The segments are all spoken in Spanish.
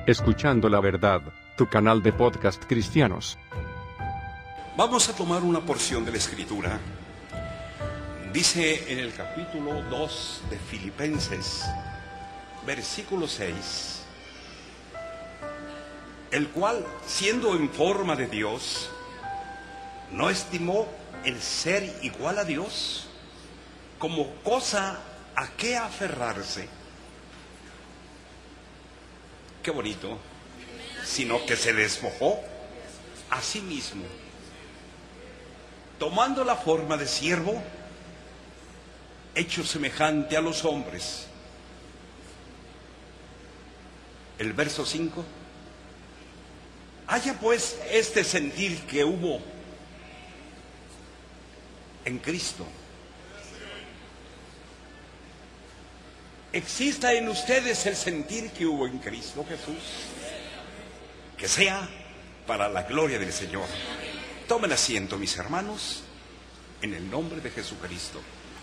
Escuchando la Verdad, tu canal de podcast cristianos. Vamos a tomar una porción de la Escritura. Dice en el capítulo 2 de Filipenses, versículo 6, el cual, siendo en forma de Dios, no estimó el ser igual a Dios como cosa a qué aferrarse. Qué bonito. Sino que se despojó a sí mismo, tomando la forma de siervo, hecho semejante a los hombres. El verso 5. Haya pues este sentir que hubo en Cristo. Exista en ustedes el sentir que hubo en Cristo Jesús, que sea para la gloria del Señor. Tomen asiento, mis hermanos, en el nombre de Jesucristo.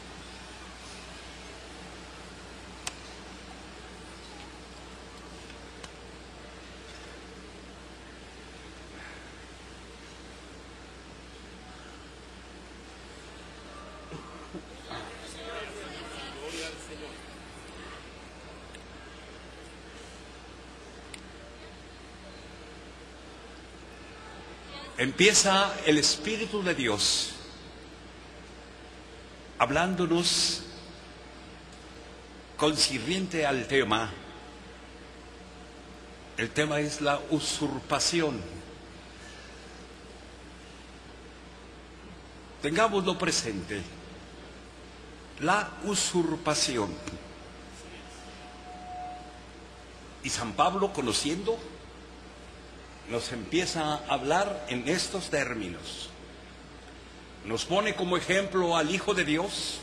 Empieza el Espíritu de Dios hablándonos concerniente al tema. El tema es la usurpación. Tengámoslo presente. La usurpación. Y San Pablo, conociendo, nos empieza a hablar en estos términos. Nos pone como ejemplo al Hijo de Dios,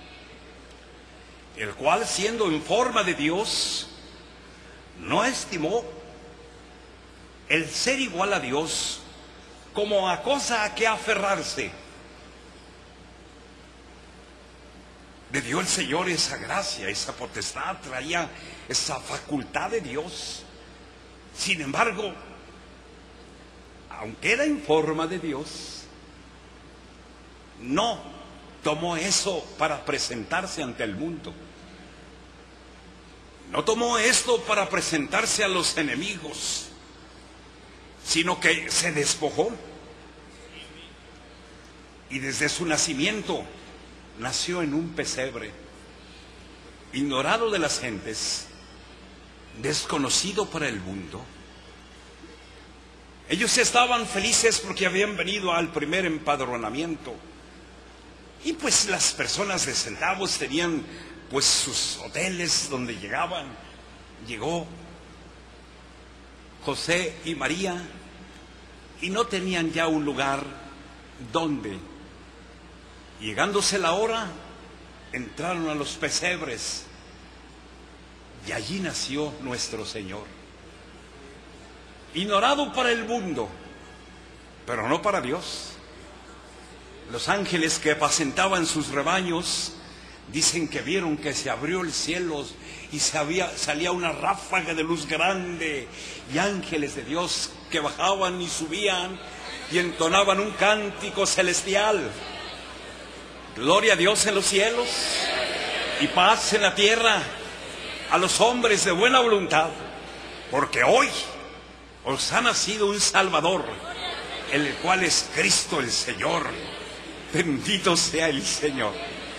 el cual, siendo en forma de Dios, no estimó el ser igual a Dios como a cosa a que aferrarse. Le dio el Señor esa gracia, esa potestad, traía esa facultad de Dios. Sin embargo, aunque era en forma de Dios, no tomó eso para presentarse ante el mundo. No tomó esto para presentarse a los enemigos, sino que se despojó. Y desde su nacimiento nació en un pesebre, ignorado de las gentes, desconocido para el mundo. Ellos estaban felices porque habían venido al primer empadronamiento. Y pues las personas de centavos tenían pues sus hoteles donde llegaban. Llegó José y María y no tenían ya un lugar donde. Llegándose la hora, entraron a los pesebres y allí nació nuestro Señor. Ignorado para el mundo, pero no para Dios. Los ángeles que apacentaban sus rebaños dicen que vieron que se abrió el cielo y salía una ráfaga de luz grande y ángeles de Dios que bajaban y subían y entonaban un cántico celestial. Gloria a Dios en los cielos y paz en la tierra a los hombres de buena voluntad, porque hoy os ha nacido un Salvador, el cual es Cristo el Señor. Bendito sea el Señor.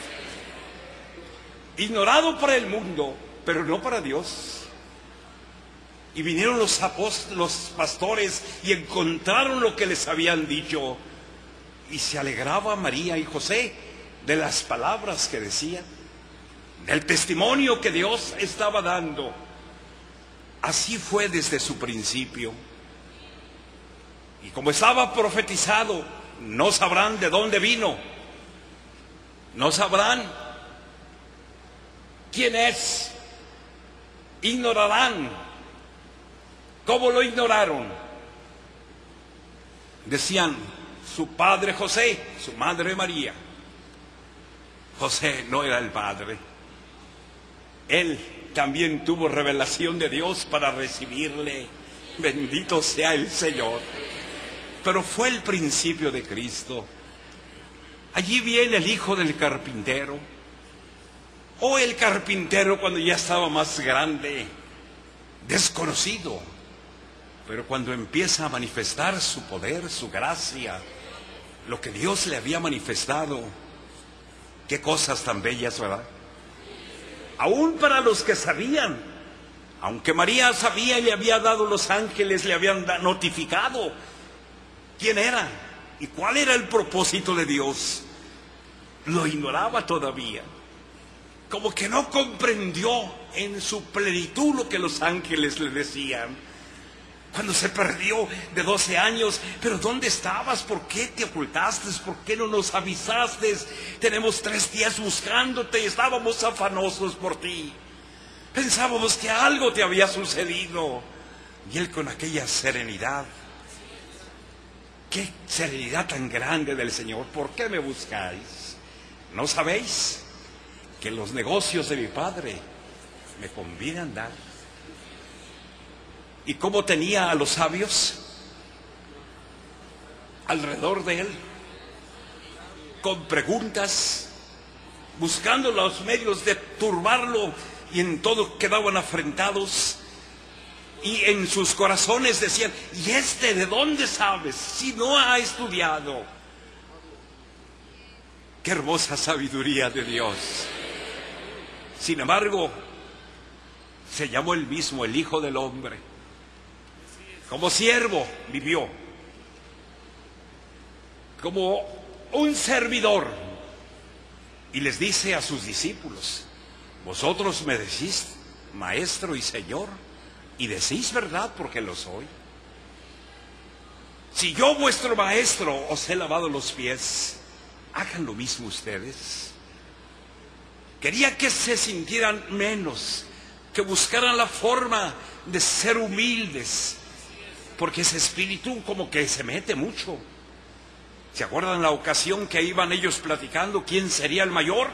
Ignorado para el mundo, pero no para Dios. Y vinieron los apóstoles, los pastores, y encontraron lo que les habían dicho. Y se alegraba María y José de las palabras que decían, del testimonio que Dios estaba dando. Así fue desde su principio. Y como estaba profetizado, no sabrán de dónde vino, no sabrán quién es, ignorarán. ¿Cómo lo ignoraron? Decían, su padre José, su madre María. José no era el padre. Él también tuvo revelación de Dios para recibirle. Bendito sea el Señor. Pero fue el principio de Cristo. Allí viene el hijo del carpintero. O el carpintero cuando ya estaba más grande, desconocido. Pero cuando empieza a manifestar su poder, su gracia, lo que Dios le había manifestado, qué cosas tan bellas, ¿verdad? Aún para los que sabían, aunque María sabía y le había dado los ángeles, le habían notificado quién era y cuál era el propósito de Dios, lo ignoraba todavía. Como que no comprendió en su plenitud lo que los ángeles le decían. Cuando se perdió de 12 años, pero ¿dónde estabas? ¿Por qué te ocultaste? ¿Por qué no nos avisaste? Tenemos 3 días buscándote y estábamos afanosos por ti. Pensábamos que algo te había sucedido. Y él con aquella serenidad, qué serenidad tan grande del Señor. ¿Por qué me buscáis? ¿No sabéis que los negocios de mi Padre me conviene andar? ¿Y cómo tenía a los sabios alrededor de él? Con preguntas, buscando los medios de turbarlo, y en todo quedaban afrentados. Y en sus corazones decían: ¿y este de dónde sabes si no ha estudiado? Qué hermosa sabiduría de Dios. Sin embargo, se llamó él mismo el Hijo del Hombre. Como siervo vivió, como un servidor, y les dice a sus discípulos: vosotros me decís Maestro y Señor, y decís verdad porque lo soy. Si yo, vuestro Maestro, os he lavado los pies, hagan lo mismo ustedes. Quería que se sintieran menos, que buscaran la forma de ser humildes, porque ese espíritu como que se mete mucho. ¿Se acuerdan la ocasión que iban ellos platicando quién sería el mayor?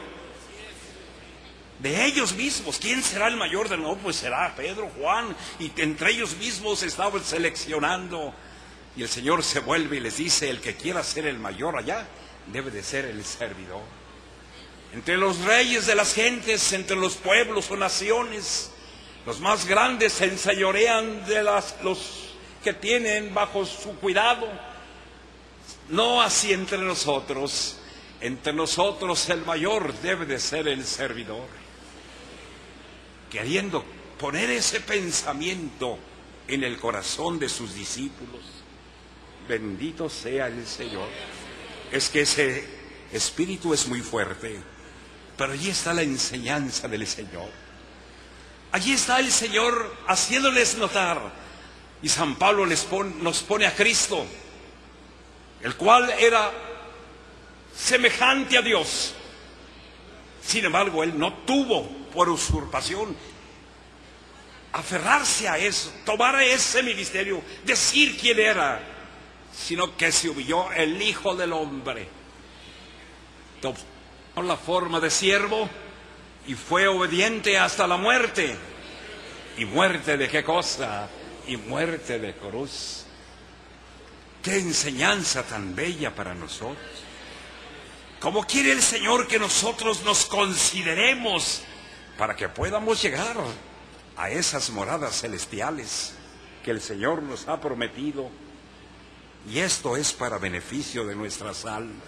De ellos mismos, ¿quién será el mayor? De no, pues será Pedro, Juan, y entre ellos mismos estaban seleccionando. Y el Señor se vuelve y les dice: el que quiera ser el mayor allá, debe de ser el servidor. Entre los reyes de las gentes, entre los pueblos o naciones, los más grandes se enseñorean de los que tienen bajo su cuidado. No así entre nosotros. Entre nosotros el mayor debe de ser el servidor. Queriendo poner ese pensamiento en el corazón de sus discípulos. Bendito sea el Señor. Es que ese espíritu es muy fuerte, pero allí está la enseñanza del Señor. Allí está el Señor haciéndoles notar. Y San Pablo nos pone a Cristo, el cual era semejante a Dios. Sin embargo, él no tuvo por usurpación aferrarse a eso, tomar ese ministerio, decir quién era, sino que se humilló el Hijo del Hombre. Tomó la forma de siervo y fue obediente hasta la muerte. ¿Y muerte de qué cosa? Y muerte de cruz. Qué enseñanza tan bella para nosotros. ¿Cómo quiere el Señor que nosotros nos consideremos para que podamos llegar a esas moradas celestiales que el Señor nos ha prometido? Y esto es para beneficio de nuestras almas.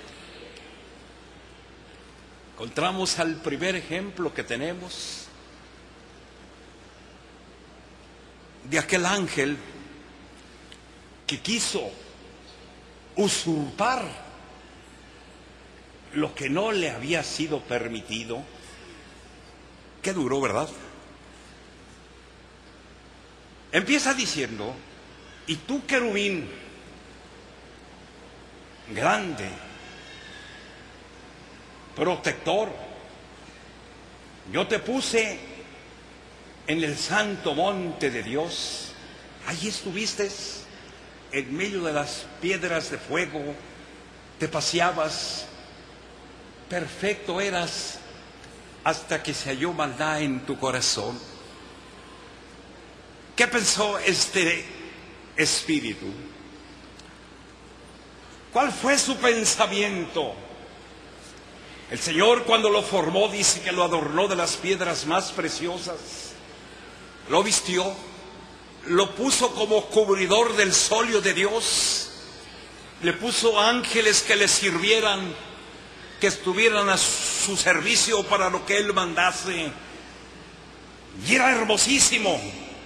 Encontramos al primer ejemplo que tenemos de aquel ángel que quiso usurpar lo que no le había sido permitido. Qué duro, ¿verdad? Empieza diciendo: y tú, querubín grande, protector, yo te puse en el santo monte de Dios. Allí estuviste en medio de las piedras de fuego, te paseabas, perfecto eras, hasta que se halló maldad en tu corazón. ¿Qué pensó este espíritu? ¿Cuál fue su pensamiento? El Señor, cuando lo formó, dice que lo adornó de las piedras más preciosas, lo vistió, lo puso como cubridor del solio de Dios, le puso ángeles que le sirvieran, que estuvieran a su servicio para lo que Él mandase, y era hermosísimo,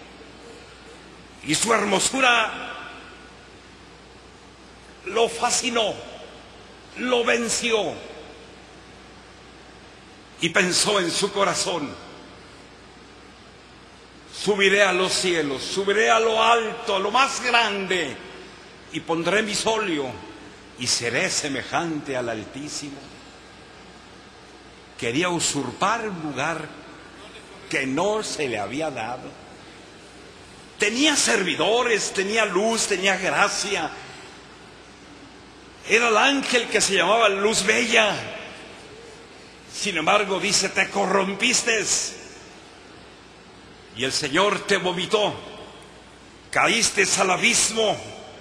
y su hermosura lo fascinó, lo venció, y pensó en su corazón: subiré a los cielos, subiré a lo alto, a lo más grande, y pondré mi solio, y seré semejante al Altísimo. Quería usurpar un lugar que no se le había dado. Tenía servidores, tenía luz, tenía gracia. Era el ángel que se llamaba Luz Bella. Sin embargo, dice, te corrompiste y el Señor te vomitó. Caíste al abismo,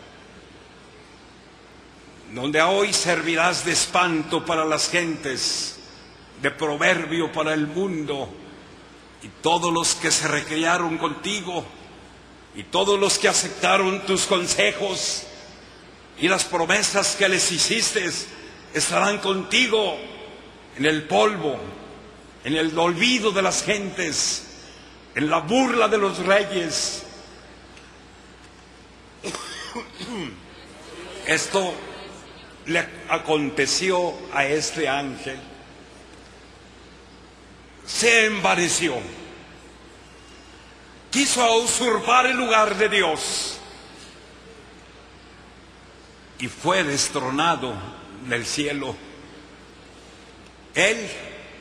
donde hoy servirás de espanto para las gentes, de proverbio para el mundo, y todos los que se recrearon contigo, y todos los que aceptaron tus consejos y las promesas que les hiciste, estarán contigo en el polvo, en el olvido de las gentes, en la burla de los reyes. Esto le aconteció a este ángel. Se envaneció, quiso usurpar el lugar de Dios y fue destronado del cielo. Él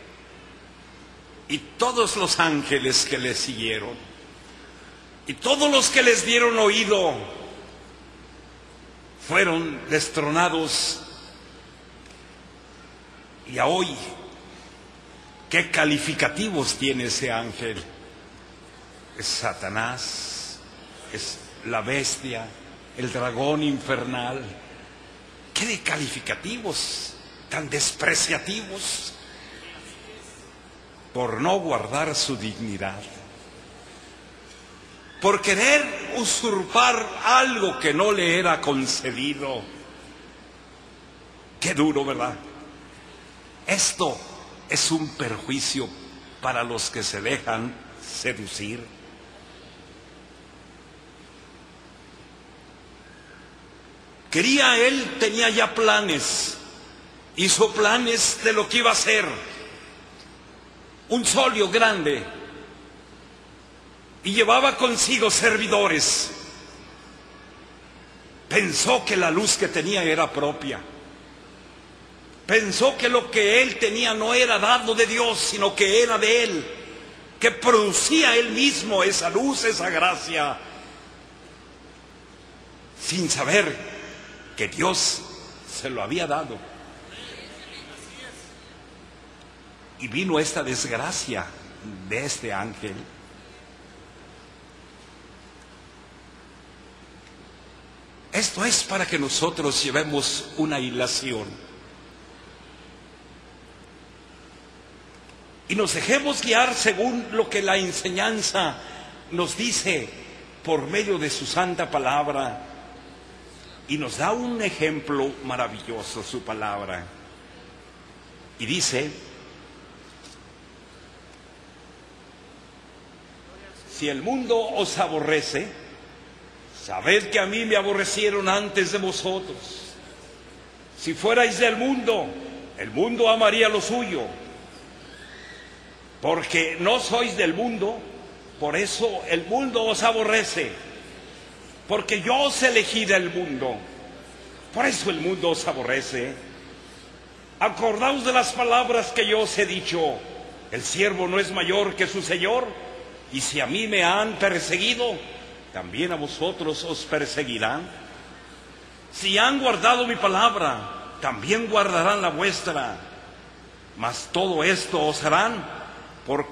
y todos los ángeles que le siguieron y todos los que les dieron oído fueron destronados. Y hoy, ¿qué calificativos tiene ese ángel? Es Satanás, es la bestia, el dragón infernal. ¿Qué de calificativos tan despreciativos? Por no guardar su dignidad, por querer usurpar algo que no le era concedido. Qué duro, ¿verdad? Esto es un perjuicio para los que se dejan seducir. Tenía ya planes, hizo planes de lo que iba a hacer. Un solio grande, y llevaba consigo servidores. Pensó que la luz que tenía era propia. Pensó que lo que él tenía no era dado de Dios, sino que era de él, que producía él mismo esa luz, esa gracia, sin saber que Dios se lo había dado. Y vino esta desgracia de este ángel. Esto es para que nosotros llevemos una ilación y nos dejemos guiar según lo que la enseñanza nos dice por medio de su santa palabra, y nos da un ejemplo maravilloso su palabra. Y dice: si el mundo os aborrece, sabed que a mí me aborrecieron antes de vosotros. Si fuerais del mundo, el mundo amaría lo suyo. Porque no sois del mundo, por eso el mundo os aborrece. Porque yo os elegí del mundo, por eso el mundo os aborrece. Acordaos de las palabras que yo os he dicho: el siervo no es mayor que su señor. Y si a mí me han perseguido, también a vosotros os perseguirán. Si han guardado mi palabra, también guardarán la vuestra. Mas todo esto os harán por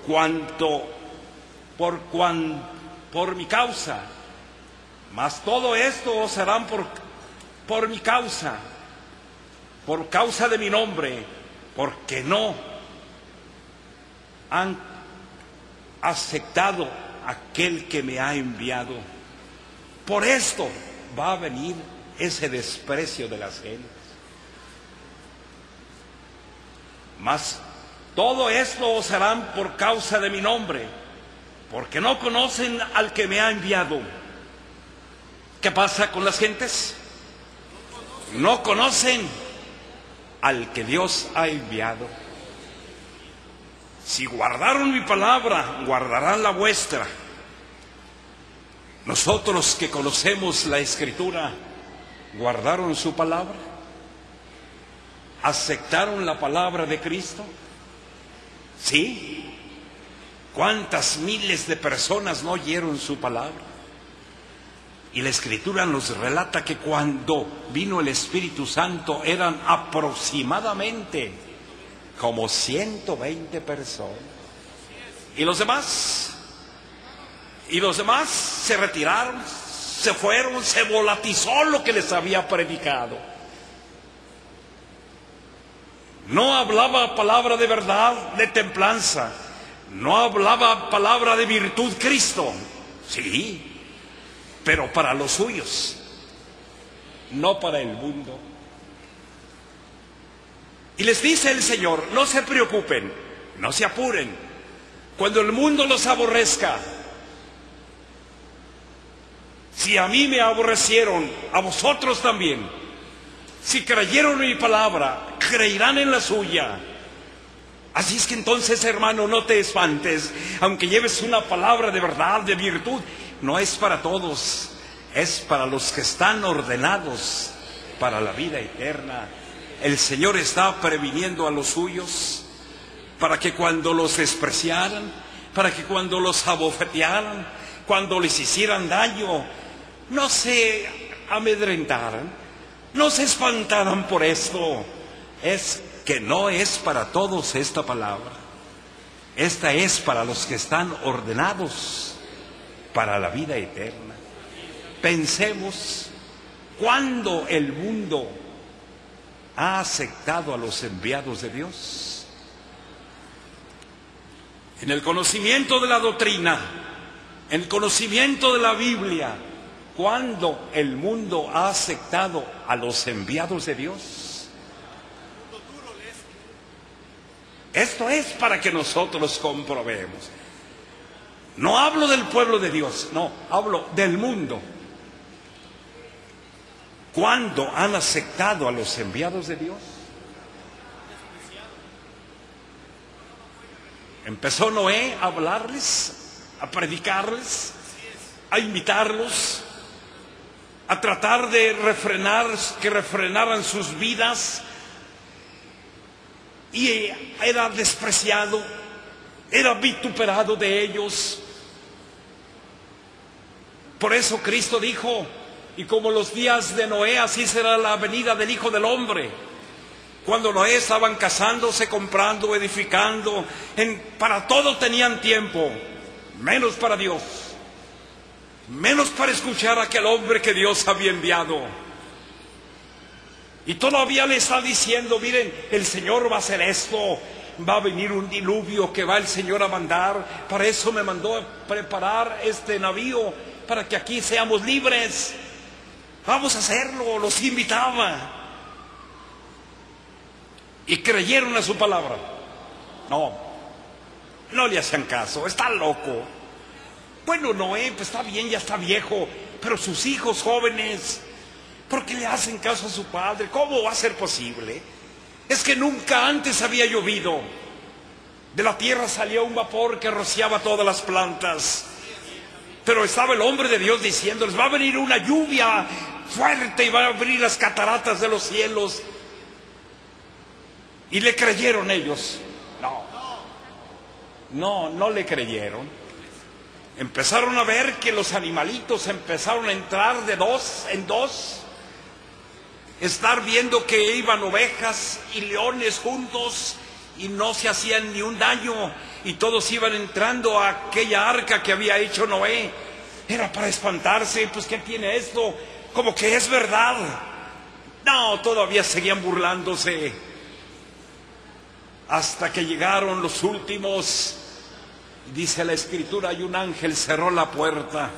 mi causa. Mas todo esto os harán por mi causa, por causa de mi nombre, porque no han aceptado aquel que me ha enviado. Por esto va a venir ese desprecio de las gentes. Mas todo esto os harán por causa de mi nombre, porque no conocen al que me ha enviado. ¿Qué pasa con las gentes? No conocen al que Dios ha enviado. Si guardaron mi palabra, guardarán la vuestra. Nosotros que conocemos la Escritura, ¿guardaron su palabra? ¿Aceptaron la palabra de Cristo? ¿Sí? ¿Cuántas miles de personas no oyeron su palabra? Y la Escritura nos relata que cuando vino el Espíritu Santo eran aproximadamente como 120 personas. ¿Y los demás? Y los demás se retiraron, se fueron, se volatizó lo que les había predicado. No hablaba palabra de verdad, de templanza. No hablaba palabra de virtud Cristo. Sí, pero para los suyos, no para el mundo. Y les dice el Señor, no se preocupen, no se apuren. Cuando el mundo los aborrezca, si a mí me aborrecieron, a vosotros también. Si creyeron en mi palabra, creerán en la suya. Así es que entonces, hermano, no te espantes, aunque lleves una palabra de verdad, de virtud. No es para todos, es para los que están ordenados para la vida eterna. El Señor está previniendo a los suyos para que cuando los despreciaran, para que cuando los abofetearan, cuando les hicieran daño, no se amedrentaran, no se espantaran por esto. Es que no es para todos esta palabra. Esta es para los que están ordenados para la vida eterna. Pensemos, ¿cuándo el mundo ha aceptado a los enviados de Dios? En el conocimiento de la doctrina, en el conocimiento de la Biblia, ¿cuándo el mundo ha aceptado a los enviados de Dios? Esto es para que nosotros comprobemos. No hablo del pueblo de Dios, no, hablo del mundo. ¿Cuándo han aceptado a los enviados de Dios? Empezó Noé a hablarles, a predicarles, a invitarlos, a tratar de que refrenaran sus vidas, y era despreciado, era vituperado de ellos. Por eso Cristo dijo, y como los días de Noé, así será la venida del Hijo del Hombre. Cuando Noé estaban casándose, comprando, edificando, para todo tenían tiempo, menos para Dios, menos para escuchar a aquel hombre que Dios había enviado. Y todavía le está diciendo, miren, el Señor va a hacer esto, va a venir un diluvio que va el Señor a mandar. Para eso me mandó a preparar este navío, para que aquí seamos libres. Vamos a hacerlo, los invitaba. Y creyeron a su palabra. No le hacían caso, está loco. Bueno, Noé, pues está bien, ya está viejo, pero sus hijos jóvenes, ¿por qué le hacen caso a su padre? ¿Cómo va a ser posible? Es que nunca antes había llovido. De la tierra salía un vapor que rociaba todas las plantas. Pero estaba el hombre de Dios diciéndoles, va a venir una lluvia fuerte y va a abrir las cataratas de los cielos. ¿Y le creyeron ellos? No le creyeron. Empezaron a ver que los animalitos empezaron a entrar de dos en dos. Estar viendo que iban ovejas y leones juntos y no se hacían ni un daño. y todos iban entrando a aquella arca que había hecho Noé. Era para espantarse, pues ¿qué tiene esto? Como que es verdad. No, todavía seguían burlándose. Hasta que llegaron los últimos. Dice la Escritura, y un ángel cerró la puerta.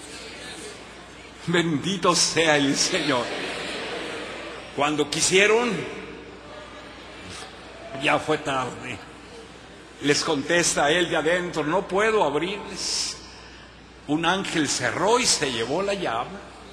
Bendito sea el Señor. Cuando quisieron, ya fue tarde. Les contesta él de adentro, no puedo abrirles. Un ángel cerró y se llevó la llave.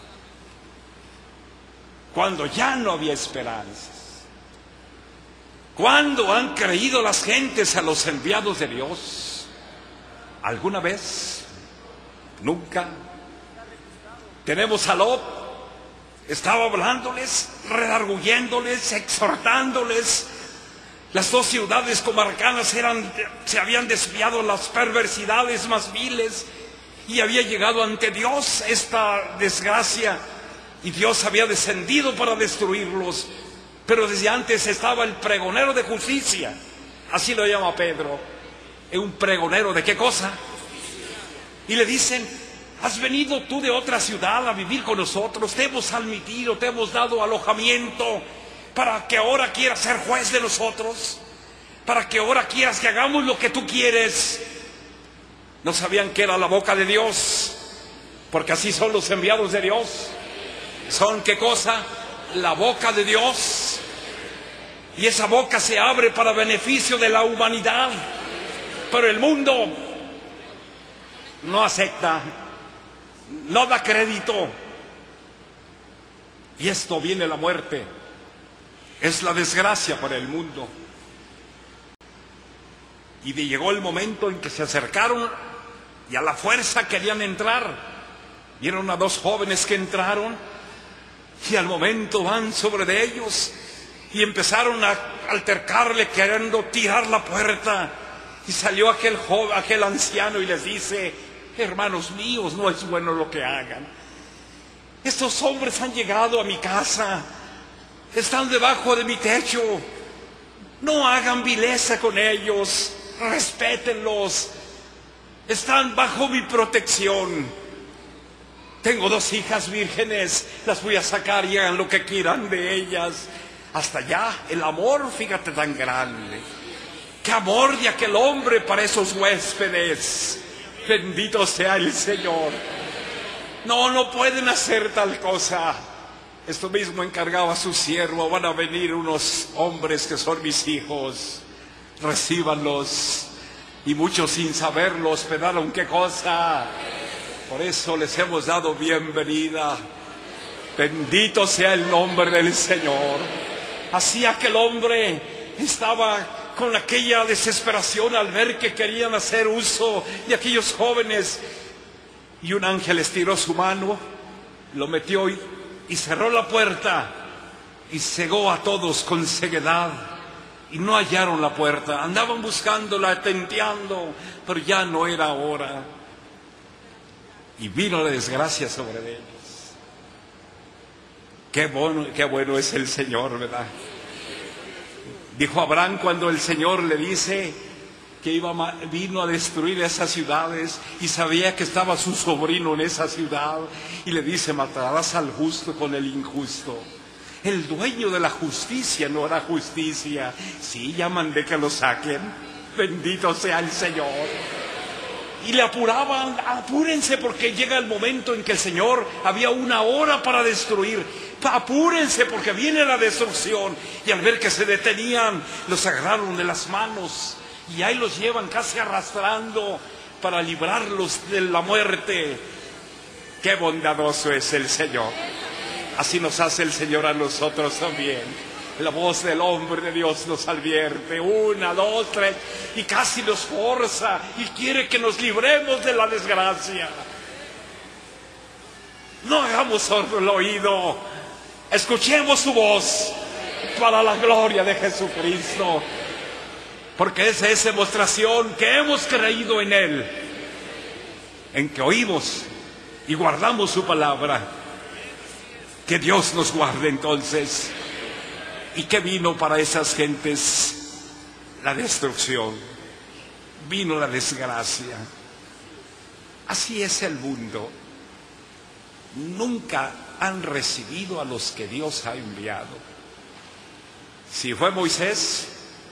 Cuando ya no había esperanzas. ¿Cuándo han creído las gentes a los enviados de Dios? ¿Alguna vez? Nunca. Tenemos a Lot. Estaba hablándoles, redarguyéndoles, exhortándoles. Las dos ciudades comarcanas se habían desviado las perversidades más viles y había llegado ante Dios esta desgracia y Dios había descendido para destruirlos. Pero desde antes estaba el pregonero de justicia, así lo llama Pedro. ¿Es un pregonero de qué cosa? Y le dicen, ¿has venido tú de otra ciudad a vivir con nosotros? Te hemos admitido, te hemos dado alojamiento, para que ahora quieras ser juez de nosotros, para que ahora quieras que hagamos lo que tú quieres. No sabían que era la boca de Dios, porque así son los enviados de Dios. ¿Son qué cosa? La boca de Dios. Y esa boca se abre para beneficio de la humanidad. Pero el mundo no acepta, no da crédito. Y esto viene la muerte. Es la desgracia para el mundo. Y llegó el momento en que se acercaron y a la fuerza querían entrar. Vieron a dos jóvenes que entraron y al momento van sobre de ellos y empezaron a altercarle queriendo tirar la puerta. Y salió aquel anciano y les dice, hermanos míos, no es bueno lo que hagan. Estos hombres han llegado a mi casa, están debajo de mi techo, no hagan vileza con ellos, respétenlos, están bajo mi protección. Tengo dos hijas vírgenes, las voy a sacar y hagan lo que quieran de ellas. Hasta allá el amor, fíjate, tan grande. Qué amor de aquel hombre para esos huéspedes. Bendito sea el Señor. No pueden hacer tal cosa. Esto mismo encargaba a su siervo. Van a venir unos hombres que son mis hijos, recíbanlos. Y muchos sin saberlo hospedaron qué cosa. Por eso les hemos dado bienvenida. Bendito sea el nombre del Señor. Así aquel hombre estaba con aquella desesperación al ver que querían hacer uso de aquellos jóvenes. Y un ángel estiró su mano, lo metió y cerró la puerta y cegó a todos con ceguedad. Y no hallaron la puerta, andaban buscándola, tenteando, pero ya no era hora. Y vino la desgracia sobre ellos. Qué bueno es el Señor, ¿verdad? Dijo Abraham cuando el Señor le dice que vino a destruir esas ciudades y sabía que estaba su sobrino en esa ciudad, y le dice, matarás al justo con el injusto. El dueño de la justicia no hará justicia. Sí, ya mandé que lo saquen. Bendito sea el Señor. Y le apuraban, apúrense porque llega el momento en que el Señor había una hora para destruir. Apúrense porque viene la destrucción. Y al ver que se detenían, los agarraron de las manos y ahí los llevan casi arrastrando para librarlos de la muerte. Qué bondadoso es el Señor. Así nos hace el Señor a nosotros también. La voz del hombre de Dios nos advierte, 1, 2, 3, y casi nos forza y quiere que nos libremos de la desgracia. No hagamos sordo el oído, escuchemos su voz para la gloria de Jesucristo, porque esa es demostración que hemos creído en Él, en que oímos y guardamos su palabra. Que Dios nos guarde entonces. ¿Y qué vino para esas gentes? La destrucción. vino la desgracia. Así es el mundo. Nunca han recibido a los que Dios ha enviado. Si fue Moisés,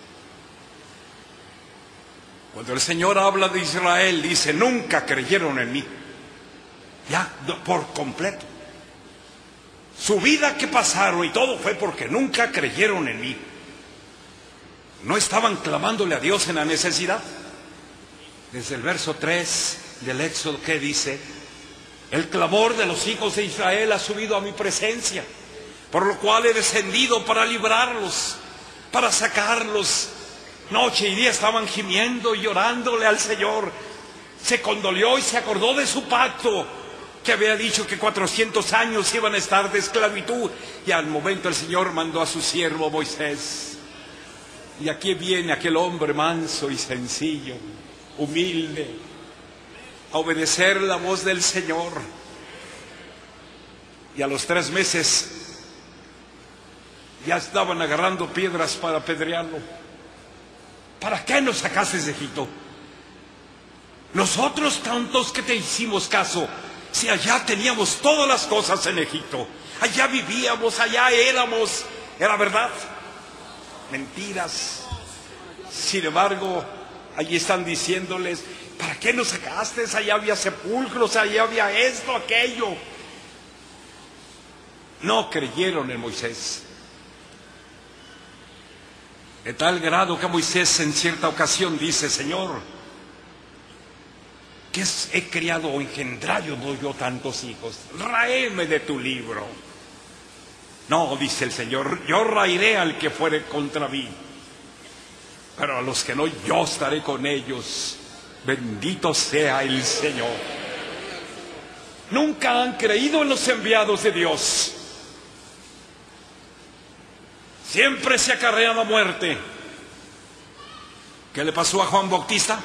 cuando el Señor habla de Israel, dice: nunca creyeron en mí. Ya, por completo. Su vida que pasaron y todo fue porque nunca creyeron en mí. No estaban clamándole a Dios en la necesidad. Desde el verso 3 del Éxodo, ¿qué dice? El clamor de los hijos de Israel ha subido a mi presencia, por lo cual he descendido para librarlos, para sacarlos. Noche y día estaban gimiendo y llorándole al Señor. Se condolió y se acordó de su pacto, que había dicho que 400 años iban a estar de esclavitud. Y al momento el Señor mandó a su siervo Moisés. Y aquí viene aquel hombre manso y sencillo, humilde, a obedecer la voz del Señor. Y a los 3 meses ya estaban agarrando piedras para apedrearlo. ¿Para qué nos sacaste de Egipto? Nosotros tantos que te hicimos caso, si allá teníamos todas las cosas en Egipto, allá vivíamos, allá éramos, era verdad. Mentiras. Sin embargo, allí están diciéndoles: ¿para qué nos sacaste? Allá había sepulcros, allá había esto, aquello. No creyeron en Moisés. De tal grado que Moisés en cierta ocasión dice: Señor, ¿qué he criado o engendrado yo tantos hijos? Ráeme de tu libro. No, dice el Señor, yo raeré al que fuere contra mí, pero a los que no, yo estaré con ellos. Bendito sea el Señor. Nunca han creído en los enviados de Dios. Siempre se acarrean la muerte. ¿Qué le pasó a Juan Bautista?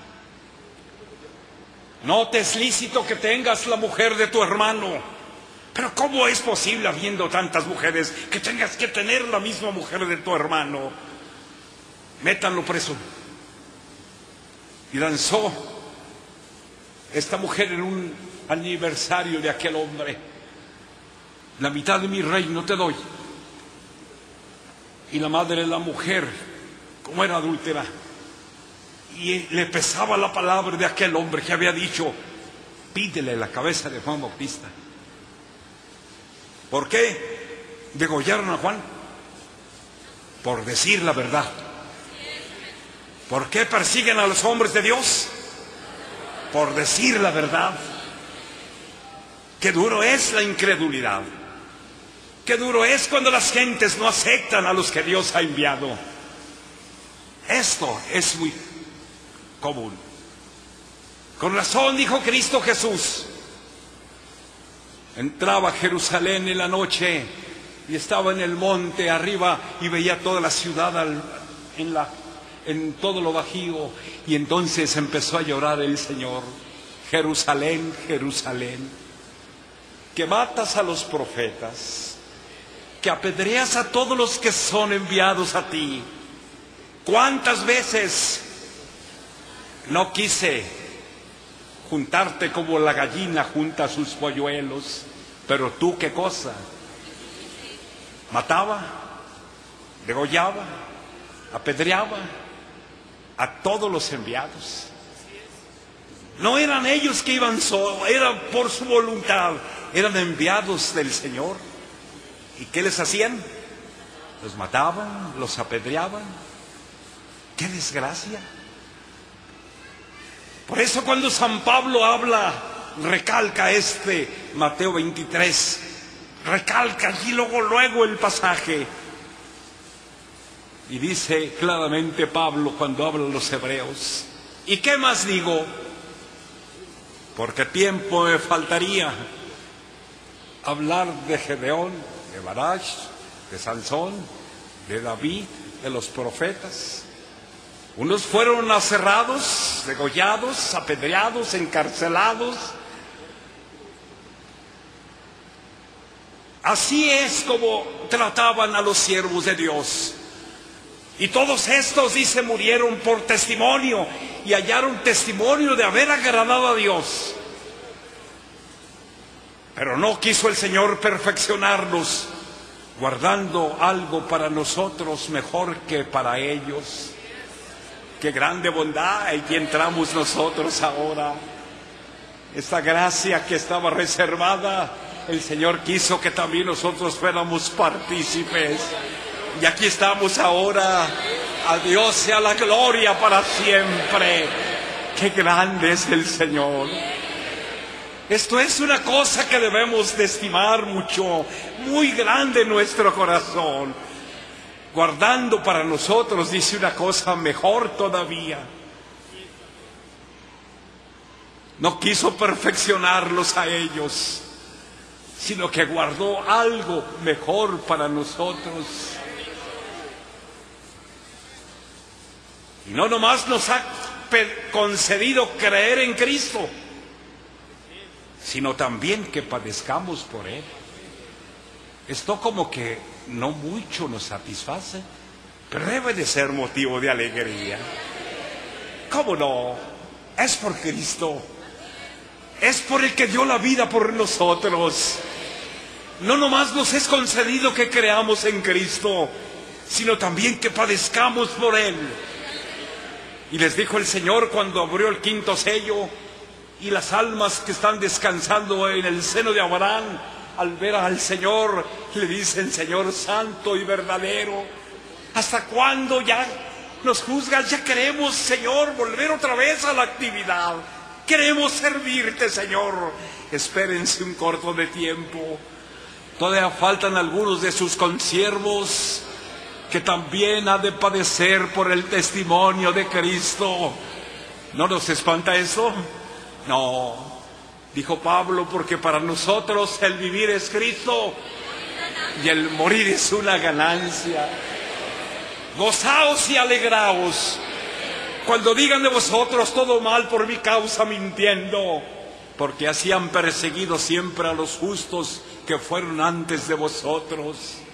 No te es lícito que tengas la mujer de tu hermano. Pero ¿cómo es posible, habiendo tantas mujeres, que tengas que tener la misma mujer de tu hermano? Métanlo preso. Y lanzó esta mujer en un aniversario de aquel hombre: la mitad de mi reino te doy. Y la madre de la mujer, como era adúltera, y le pesaba la palabra de aquel hombre que había dicho: pídele la cabeza de Juan Bautista. ¿Por qué degollaron a Juan? Por decir la verdad. ¿Por qué persiguen a los hombres de Dios? Por decir la verdad. Qué duro es la incredulidad. Qué duro es cuando las gentes no aceptan a los que Dios ha enviado. Esto es muy común. Con razón dijo Cristo Jesús: entraba a Jerusalén en la noche y estaba en el monte arriba y veía toda la ciudad en todo lo bajío, y entonces empezó a llorar el Señor: Jerusalén, Jerusalén, que matas a los profetas, que apedreas a todos los que son enviados a ti. ¿Cuántas veces no quise juntarte como la gallina junta sus polluelos? Pero tú, ¿qué cosa? Mataba, degollaba, apedreaba a todos los enviados. No eran ellos que iban solos, era por su voluntad, eran enviados del Señor. ¿Y qué les hacían? Los mataban, los apedreaban. ¡Qué desgracia! Por eso cuando San Pablo habla, recalca Mateo 23, recalca allí luego el pasaje. Y dice claramente Pablo cuando habla a los hebreos: ¿y qué más digo? Porque tiempo me faltaría hablar de Gedeón, de Barash, de Sansón, de David, de los profetas. Unos fueron aserrados, degollados, apedreados, encarcelados. Así es como trataban a los siervos de Dios. Y todos estos, dice, murieron por testimonio. y hallaron testimonio de haber agradado a Dios. Pero no quiso el Señor perfeccionarnos, guardando algo para nosotros mejor que para ellos. Qué grande bondad, aquí entramos nosotros ahora. Esta gracia que estaba reservada, el Señor quiso que también nosotros fuéramos partícipes. Y aquí estamos ahora. A Dios sea la gloria para siempre. Qué grande es el Señor. Esto es una cosa que debemos de estimar mucho, muy grande en nuestro corazón. Guardando para nosotros, dice una cosa mejor todavía. No quiso perfeccionarlos a ellos, sino que guardó algo mejor para nosotros. Y no nomás nos ha concedido creer en Cristo, sino también que padezcamos por Él. Esto como que no mucho nos satisface, pero debe de ser motivo de alegría. ¿Cómo no? Es por Cristo. Es por el que dio la vida por nosotros. No nomás nos es concedido que creamos en Cristo, sino también que padezcamos por Él. Y les dijo el Señor cuando abrió el quinto sello, y las almas que están descansando en el seno de Abraham, al ver al Señor, le dicen: Señor santo y verdadero, ¿hasta cuándo ya nos juzgas? Ya queremos, Señor, volver otra vez a la actividad. Queremos servirte, Señor. Espérense un corto de tiempo. Todavía faltan algunos de sus consiervos que también ha de padecer por el testimonio de Cristo. ¿No nos espanta eso? No, dijo Pablo, porque para nosotros el vivir es Cristo y el morir es una ganancia. Gozaos y alegraos cuando digan de vosotros todo mal por mi causa mintiendo, porque así han perseguido siempre a los justos que fueron antes de vosotros.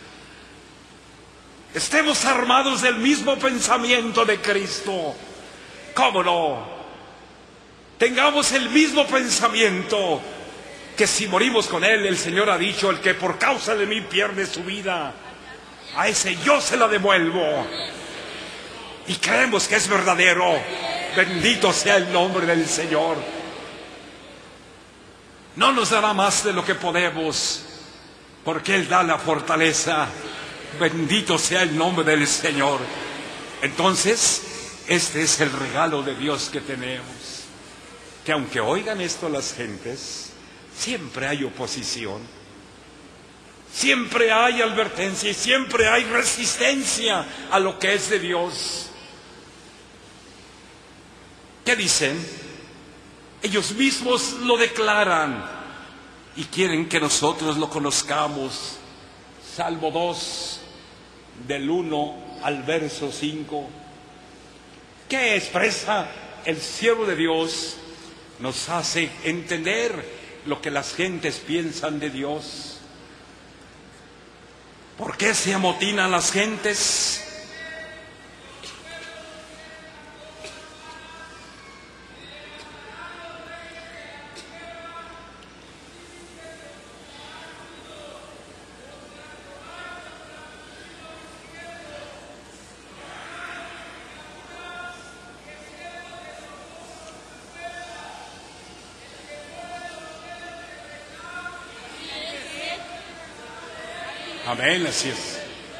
Estemos armados del mismo pensamiento de Cristo. ¿Cómo no? Tengamos el mismo pensamiento, que si morimos con Él, el Señor ha dicho: el que por causa de mí pierde su vida, a ese yo se la devuelvo. Y creemos que es verdadero. Bendito sea el nombre del Señor. No nos dará más de lo que podemos, porque Él da la fortaleza. Bendito sea el nombre del Señor. Entonces, este es el regalo de Dios que tenemos. Que aunque oigan esto las gentes, siempre hay oposición, siempre hay advertencia y siempre hay resistencia a lo que es de Dios. ¿Qué dicen? Ellos mismos lo declaran y quieren que nosotros lo conozcamos. Salmo 2, del 1 al verso 5. ¿Qué expresa el siervo de Dios? Nos hace entender lo que las gentes piensan de Dios. ¿Por qué se amotinan las gentes? Amén, así es.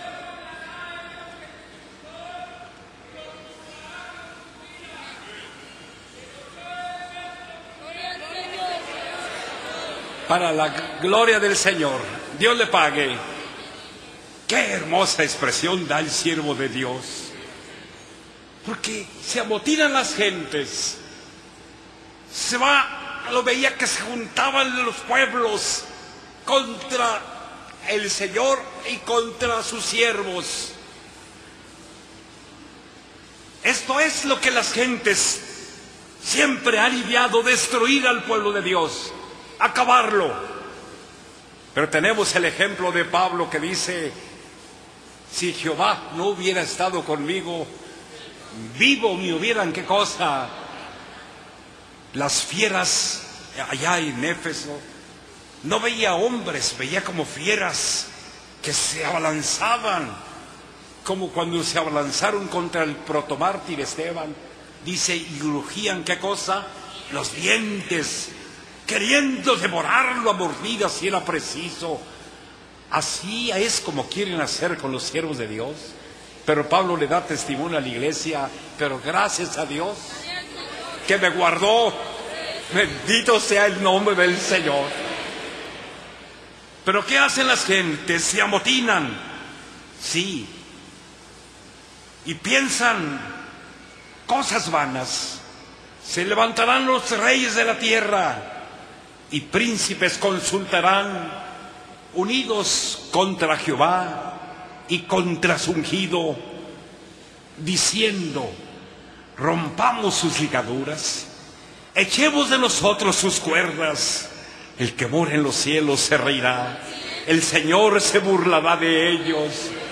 Para la gloria del Señor, Dios le pague. Qué hermosa expresión da el siervo de Dios. Porque se amotinan las gentes. Lo veía que se juntaban los pueblos contra el Señor y contra sus siervos. Esto es lo que las gentes siempre han ideado: destruir al pueblo de Dios, acabarlo. Pero tenemos el ejemplo de Pablo que dice: si Jehová no hubiera estado conmigo, vivo me hubieran, ¿qué cosa? Las fieras allá en Éfeso, no veía hombres, veía como fieras que se abalanzaban, como cuando se abalanzaron contra el protomártir Esteban, dice, y rugían, ¿qué cosa? Los dientes, queriendo devorarlo a mordidas si era preciso. Así es como quieren hacer con los siervos de Dios. Pero Pablo le da testimonio a la iglesia, pero gracias a Dios que me guardó. Bendito sea el nombre del Señor. Pero ¿qué hacen las gentes? Se amotinan, sí, y piensan cosas vanas. Se levantarán los reyes de la tierra y príncipes consultarán, unidos contra Jehová y contra su ungido, diciendo, rompamos sus ligaduras, echemos de nosotros sus cuerdas. El que mora en los cielos se reirá, el Señor se burlará de ellos.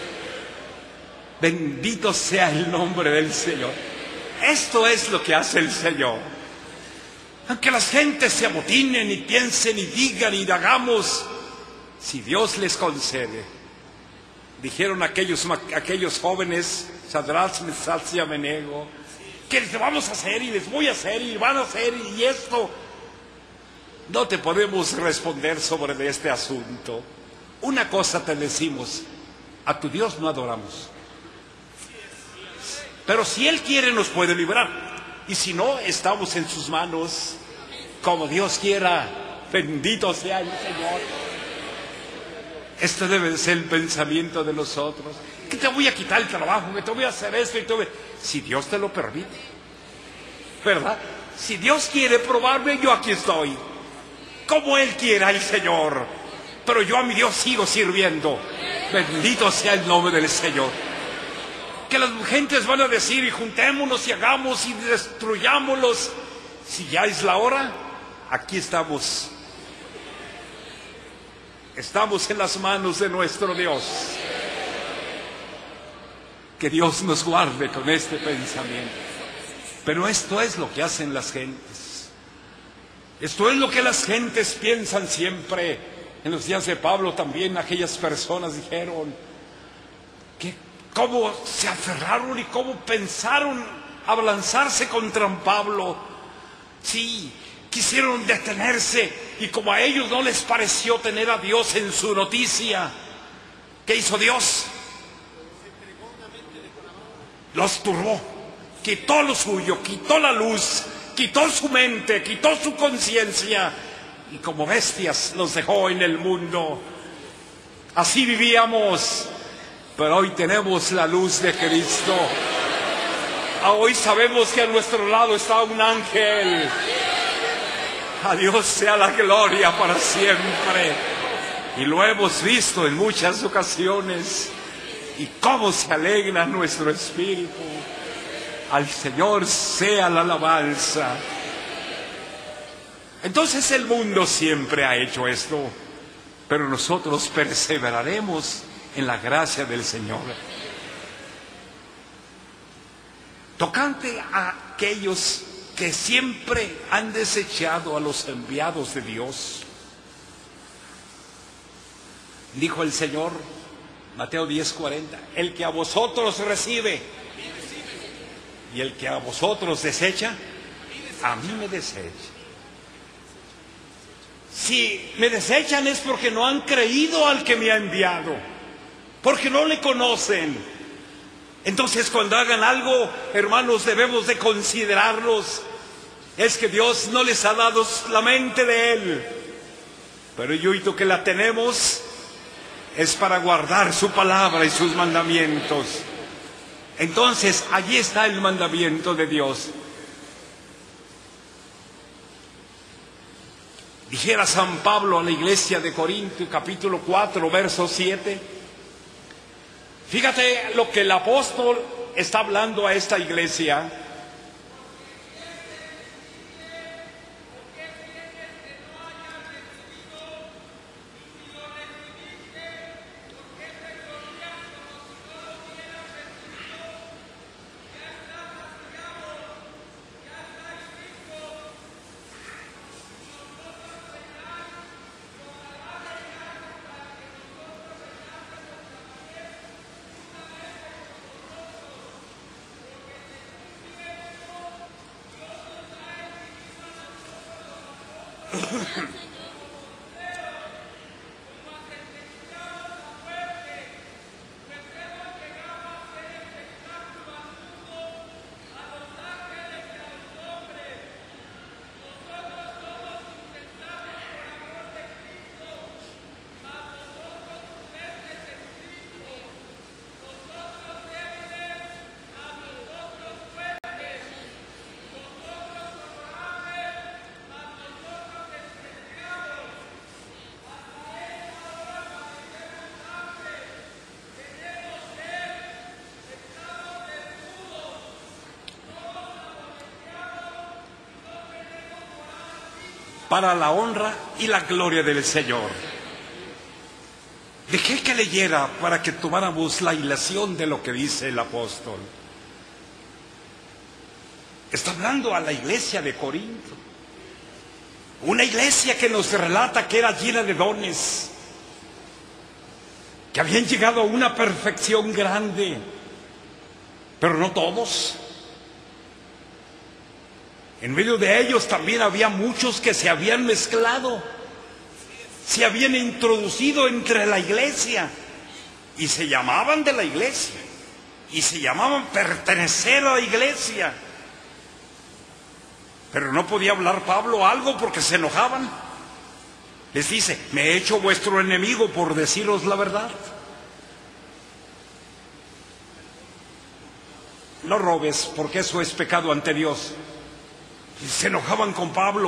Bendito sea el nombre del Señor. Esto es lo que hace el Señor. Aunque las gentes se amotinen y piensen y digan y hagamos, si Dios les concede. Dijeron aquellos jóvenes, Sadrach, Mesach y Abednego, que les vamos a hacer y les voy a hacer y van a hacer y esto. No te podemos responder sobre este asunto. Una cosa te decimos, a tu Dios no adoramos. Pero si Él quiere nos puede librar. Y si no, estamos en sus manos, como Dios quiera. Bendito sea el Señor. Este debe ser el pensamiento de nosotros. Que te voy a quitar el trabajo, que te voy a hacer esto y todo. Si Dios te lo permite, ¿verdad? Si Dios quiere probarme, yo aquí estoy. Como Él quiera el Señor. Pero yo a mi Dios sigo sirviendo. Bendito sea el nombre del Señor. Que las gentes van a decir, y juntémonos y hagamos y destruyámoslos. Si ya es la hora, aquí estamos. Estamos en las manos de nuestro Dios. Que Dios nos guarde con este pensamiento. Pero esto es lo que hacen las gentes. Esto es lo que las gentes piensan siempre. En los días de Pablo también aquellas personas dijeron que cómo se aferraron y cómo pensaron abalanzarse contra Pablo. Sí, quisieron detenerse y como a ellos no les pareció tener a Dios en su noticia, ¿qué hizo Dios? Los turbó, quitó lo suyo, quitó la luz, quitó su mente, quitó su conciencia y como bestias los dejó en el mundo. Así vivíamos, pero hoy tenemos la luz de Cristo. Hoy sabemos que a nuestro lado está un ángel. A Dios sea la gloria para siempre. Y lo hemos visto en muchas ocasiones. Y cómo se alegra nuestro espíritu. Al Señor sea la alabanza. Entonces el mundo siempre ha hecho esto, pero nosotros perseveraremos en la gracia del Señor. Tocante a aquellos que siempre han desechado a los enviados de Dios, dijo el Señor, Mateo 10:40, el que a vosotros recibe y el que a vosotros desecha, a mí me desecha. Si me desechan es porque no han creído al que me ha enviado, porque no le conocen. Entonces cuando hagan algo, hermanos, debemos de considerarlos. Es que Dios no les ha dado la mente de Él, pero yo y tú que la tenemos es para guardar su palabra y sus mandamientos. Entonces allí está el mandamiento de Dios. Dijera San Pablo a la iglesia de Corinto, capítulo 4, verso 7. Fíjate lo que el apóstol está hablando a esta iglesia. para la honra y la gloria del Señor. Dejé que leyera para que tomáramos la hilación de lo que dice el apóstol. Está hablando a la iglesia de Corinto, una iglesia que nos relata que era llena de dones, que habían llegado a una perfección grande, pero no todos. En medio de ellos también había muchos que se habían mezclado, se habían introducido entre la iglesia y se llamaban de la iglesia y se llamaban pertenecer a la iglesia. Pero no podía hablar Pablo algo porque se enojaban. Les dice: me he hecho vuestro enemigo por deciros la verdad. No robes, porque eso es pecado ante Dios. Y se enojaban con Pablo.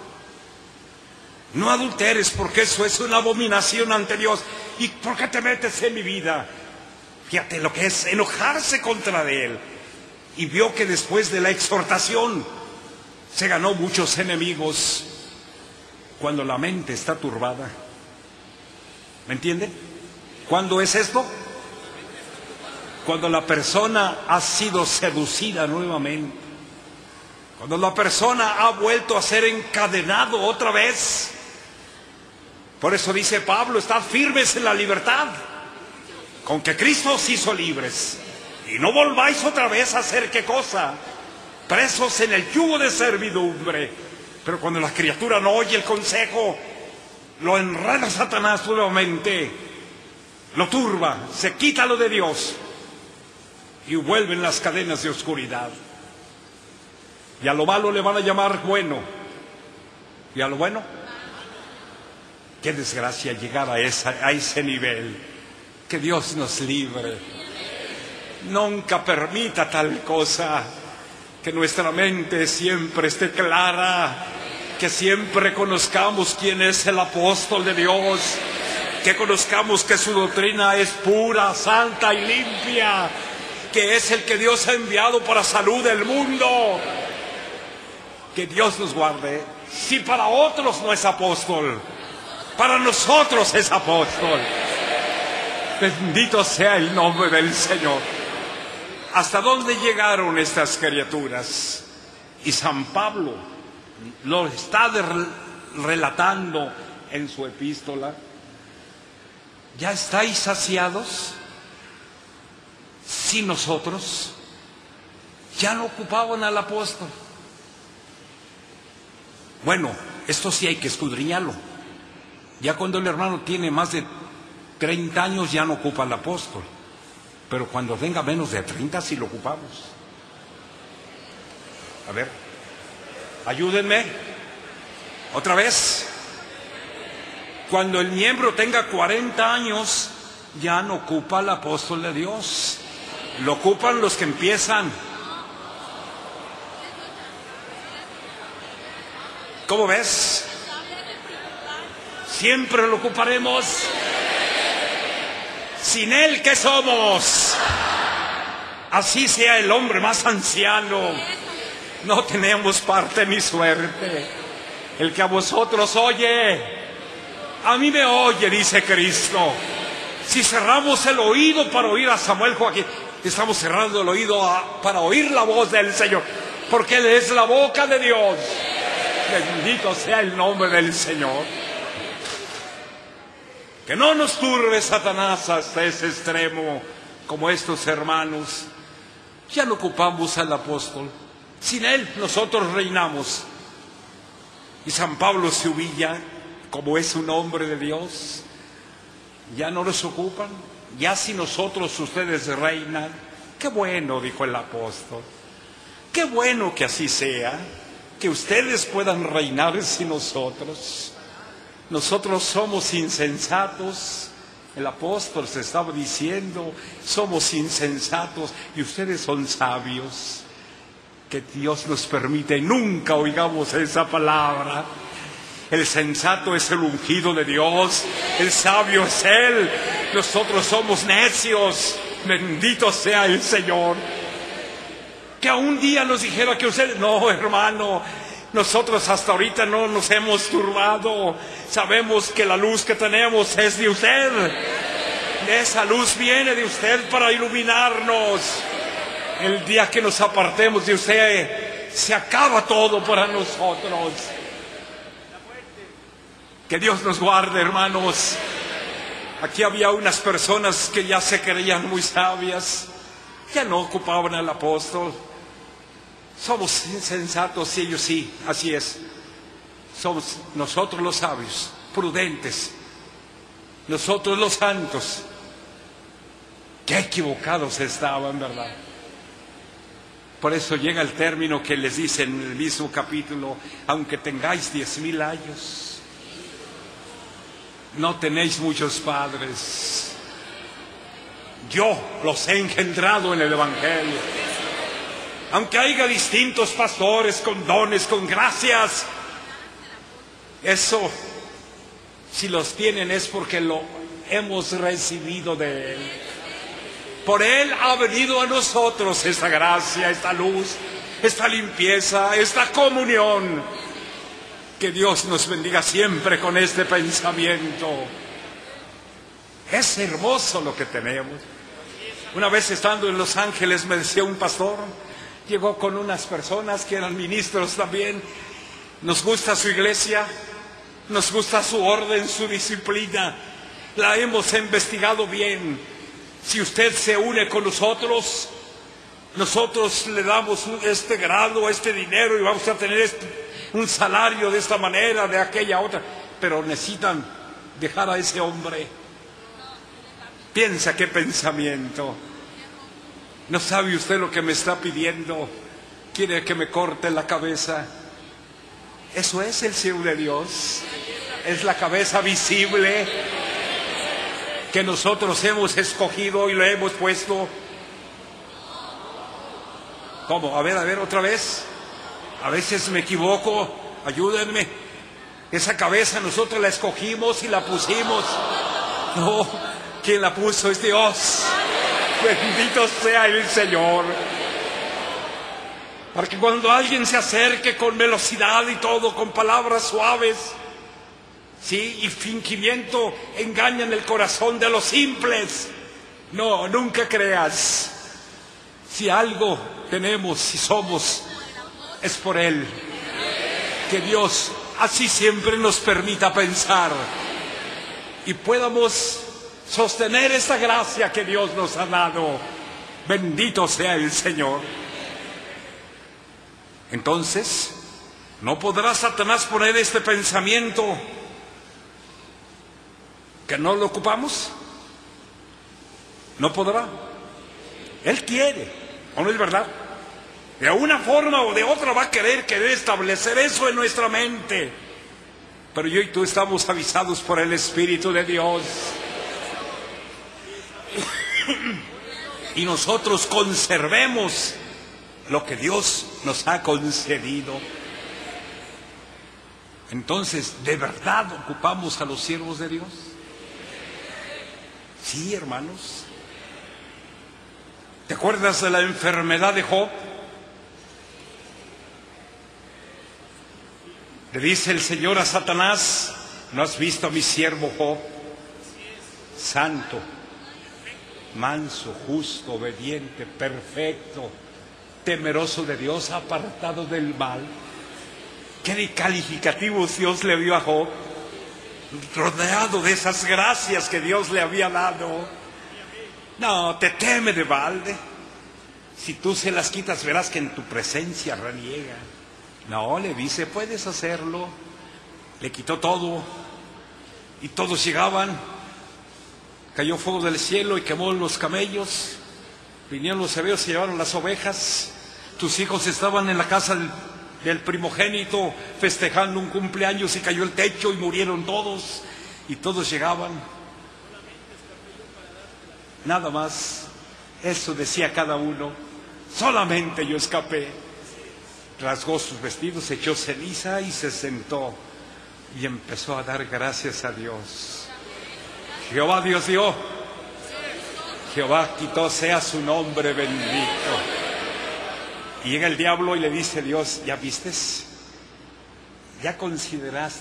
No adulteres, porque eso es una abominación ante Dios. ¿Y por qué te metes en mi vida? Fíjate lo que es enojarse contra él. Y vio que después de la exhortación se ganó muchos enemigos. Cuando la mente está turbada, ¿me entienden? ¿Cuándo es esto? Cuando la persona ha sido seducida nuevamente, cuando la persona ha vuelto a ser encadenado otra vez. Por eso dice Pablo: estad firmes en la libertad con que Cristo os hizo libres, y no volváis otra vez a hacer ¿qué cosa? Presos en el yugo de servidumbre. Pero cuando la criatura no oye el consejo, lo enreda Satanás nuevamente, lo turba, se quita lo de Dios y vuelven las cadenas de oscuridad. Y a lo malo le van a llamar bueno, y a lo bueno, qué desgracia llegar a ese nivel. Que Dios nos libre. Nunca permita tal cosa. Que nuestra mente siempre esté clara, que siempre conozcamos quién es el apóstol de Dios, que conozcamos que su doctrina es pura, santa y limpia, que es el que Dios ha enviado para salud del mundo. Que Dios nos guarde. Si para otros no es apóstol, para nosotros es apóstol. Bendito sea el nombre del Señor. ¿Hasta dónde llegaron estas criaturas? Y San Pablo lo está relatando en su epístola. ¿Ya estáis saciados? Si nosotros ya no ocupaban al apóstol. Bueno, esto sí hay que escudriñarlo. Ya cuando el hermano tiene más de 30 años ya no ocupa al apóstol. Pero cuando tenga menos de 30 sí lo ocupamos. A ver, ayúdenme. Otra vez. Cuando el miembro tenga 40 años ya no ocupa al apóstol de Dios. Lo ocupan los que empiezan. ¿Cómo ves? Siempre lo ocuparemos. Sin él, ¿qué somos? Así sea el hombre más anciano, no tenemos parte ni suerte. El que a vosotros oye, a mí me oye, dice Cristo. Si cerramos el oído para oír a Samuel Joaquín, estamos cerrando el oído para oír la voz del Señor, porque Él es la boca de Dios. Bendito sea el nombre del Señor. Que no nos turbe Satanás hasta ese extremo, como estos hermanos. Ya no ocupamos al apóstol. Sin él nosotros reinamos. Y San Pablo se humilla, como es un hombre de Dios. Ya no los ocupan, ya si nosotros ustedes reinan. Qué bueno, dijo el apóstol. Qué bueno que así sea, que ustedes puedan reinar sin nosotros. Nosotros somos insensatos. El apóstol se estaba diciendo, somos insensatos y ustedes son sabios. Que Dios nos permite, nunca oigamos esa palabra. El sensato es el ungido de Dios, el sabio es Él. Nosotros somos necios, bendito sea el Señor. Que a un día nos dijera que usted, no hermano, nosotros hasta ahorita no nos hemos turbado. Sabemos que la luz que tenemos es de usted. Esa luz viene de usted para iluminarnos. El día que nos apartemos de usted, se acaba todo para nosotros. Que Dios nos guarde, hermanos. Aquí había unas personas que ya se creían muy sabias, ya no ocupaban al apóstol. Somos insensatos y ellos sí, así es. Somos nosotros los sabios, prudentes, nosotros los santos. Qué equivocados estaban, ¿verdad? Por eso llega el término que les dice en el mismo capítulo: aunque tengáis 10,000 años, no tenéis muchos padres. Yo los he engendrado en el Evangelio. Aunque haya distintos pastores con dones, con gracias, eso, si los tienen es porque lo hemos recibido de Él. Por Él ha venido a nosotros esta gracia, esta luz, esta limpieza, esta comunión. Que Dios nos bendiga siempre con este pensamiento. Es hermoso lo que tenemos. Una vez estando en Los Ángeles me decía un pastor, llegó con unas personas que eran ministros también. Nos gusta su iglesia, nos gusta su orden, su disciplina. La hemos investigado bien. Si usted se une con nosotros, nosotros le damos este grado, este dinero y vamos a tener un salario de esta manera, de aquella otra. Pero necesitan dejar a ese hombre. Piensa qué pensamiento. ¿No sabe usted lo que me está pidiendo? ¿Quiere que me corte la cabeza? Eso es el cielo de Dios. Es la cabeza visible que nosotros hemos escogido y le hemos puesto. ¿Cómo? A ver, otra vez. A veces me equivoco, ayúdenme. Esa cabeza nosotros la escogimos y la pusimos. No, quien la puso es Dios. Bendito sea el Señor. Para que cuando alguien se acerque con velocidad y todo, con palabras suaves, sí, y fingimiento, engañan el corazón de los simples. No, nunca creas. Si algo tenemos, si somos, es por Él. Que Dios así siempre nos permita pensar y podamos sostener esta gracia que Dios nos ha dado. Bendito sea el Señor. Entonces, no podrá Satanás poner este pensamiento que no lo ocupamos. No podrá. Él quiere, ¿o no es verdad? De una forma o de otra va a querer establecer eso en nuestra mente. Pero yo y tú estamos avisados por el Espíritu de Dios. Y nosotros conservemos lo que Dios nos ha concedido. Entonces, ¿de verdad ocupamos a los siervos de Dios? Sí, hermanos. ¿Te acuerdas de la enfermedad de Job? Le dice el Señor a Satanás: ¿no has visto a mi siervo Job? Santo, manso, justo, obediente, perfecto, temeroso de Dios, apartado del mal. ¿Qué calificativos Dios le dio a Job? Rodeado de esas gracias que Dios le había dado. No, te teme de balde. Si tú se las quitas, verás que en tu presencia reniega. No, le dice, puedes hacerlo, le quitó todo y todos llegaban. Cayó fuego del cielo y quemó los camellos. Vinieron los hebeos y llevaron las ovejas. Tus hijos estaban en la casa del primogénito festejando un cumpleaños y cayó el techo y murieron todos. Y todos llegaban. Nada más, eso decía cada uno. Solamente yo escapé. Rasgó sus vestidos, echó ceniza y se sentó. Y empezó a dar gracias a Dios. Jehová Dios dio, Jehová quitó, sea su nombre bendito. Y llega el diablo y le dice a Dios: ¿ya vistes? ¿Ya consideraste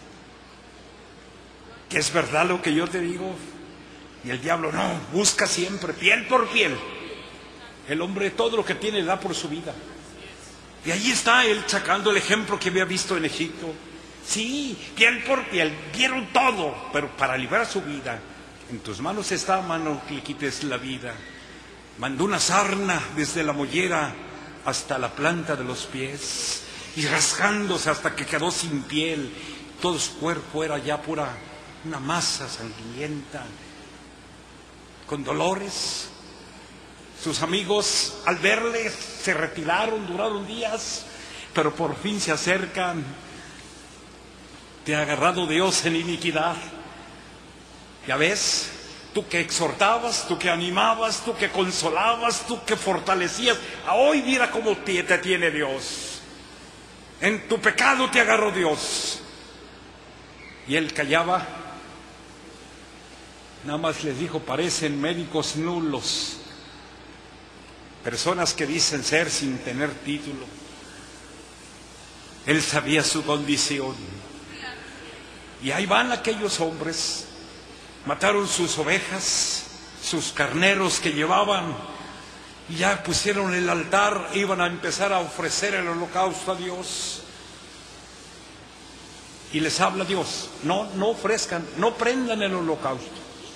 que es verdad lo que yo te digo? Y el diablo: no, busca siempre, piel por piel. El hombre todo lo que tiene da por su vida. Y ahí está él sacando el ejemplo que había visto en Egipto. Sí, piel por piel, vieron todo, pero para librar su vida. En tus manos está, mano, que le quites la vida. Mandó una sarna desde la mollera hasta la planta de los pies, y rasgándose hasta que quedó sin piel. Todo su cuerpo era ya pura una masa sangrienta, con dolores. Sus amigos al verle se retiraron, duraron días, pero por fin se acercan. Te ha agarrado Dios en iniquidad. Ya ves, tú que exhortabas, tú que animabas, tú que consolabas, tú que fortalecías, hoy mira cómo te tiene Dios. En tu pecado te agarró Dios. Y él callaba. Nada más les dijo: parecen médicos nulos, personas que dicen ser sin tener título. Él sabía su condición. Y ahí van aquellos hombres, mataron sus ovejas, sus carneros que llevaban, y ya pusieron el altar, iban a empezar a ofrecer el holocausto a Dios. Y les habla Dios: no ofrezcan, no prendan el holocausto.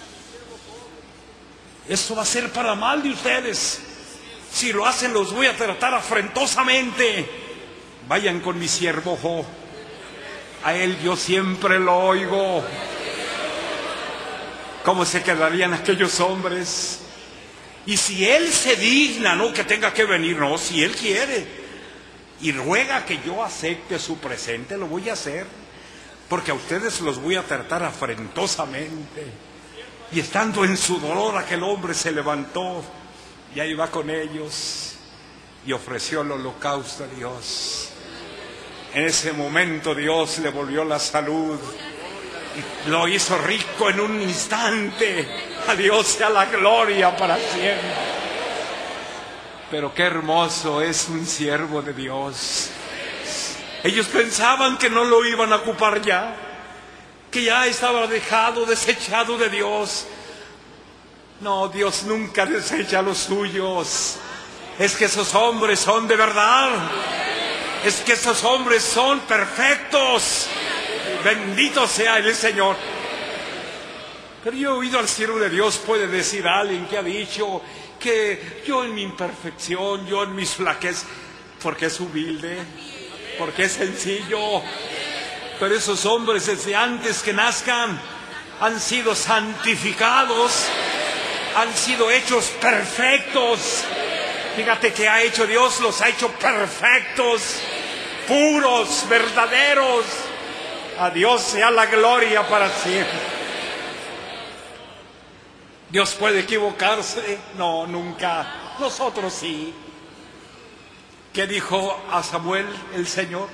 Esto va a ser para mal de ustedes. Si lo hacen, los voy a tratar afrentosamente. Vayan con mi siervo Job. A él yo siempre lo oigo. ¿Cómo se quedarían aquellos hombres? Y si él se digna, no que tenga que venir, no, si él quiere y ruega que yo acepte su presente, lo voy a hacer, porque a ustedes los voy a tratar afrentosamente. Y estando en su dolor, aquel hombre se levantó y ahí va con ellos y ofreció el holocausto a Dios. En ese momento Dios le volvió la salud y lo hizo rico en un instante. A Dios sea la gloria para siempre. Pero qué hermoso es un siervo de Dios. Ellos pensaban que no lo iban a ocupar ya, que ya estaba dejado, desechado de Dios. No, Dios nunca desecha a los suyos. Es que esos hombres son de verdad. Es que esos hombres son perfectos. Bendito sea el Señor. Pero yo he oído al siervo de Dios, puede decir alguien que ha dicho que yo en mi imperfección, yo en mis flaquezas, porque es humilde, porque es sencillo. Pero esos hombres desde antes que nazcan han sido santificados, han sido hechos perfectos. Fíjate que ha hecho Dios, los ha hecho perfectos, puros, verdaderos. A Dios sea la gloria para siempre. ¿Dios puede equivocarse? No, nunca. Nosotros sí. ¿Qué dijo a Samuel el Señor?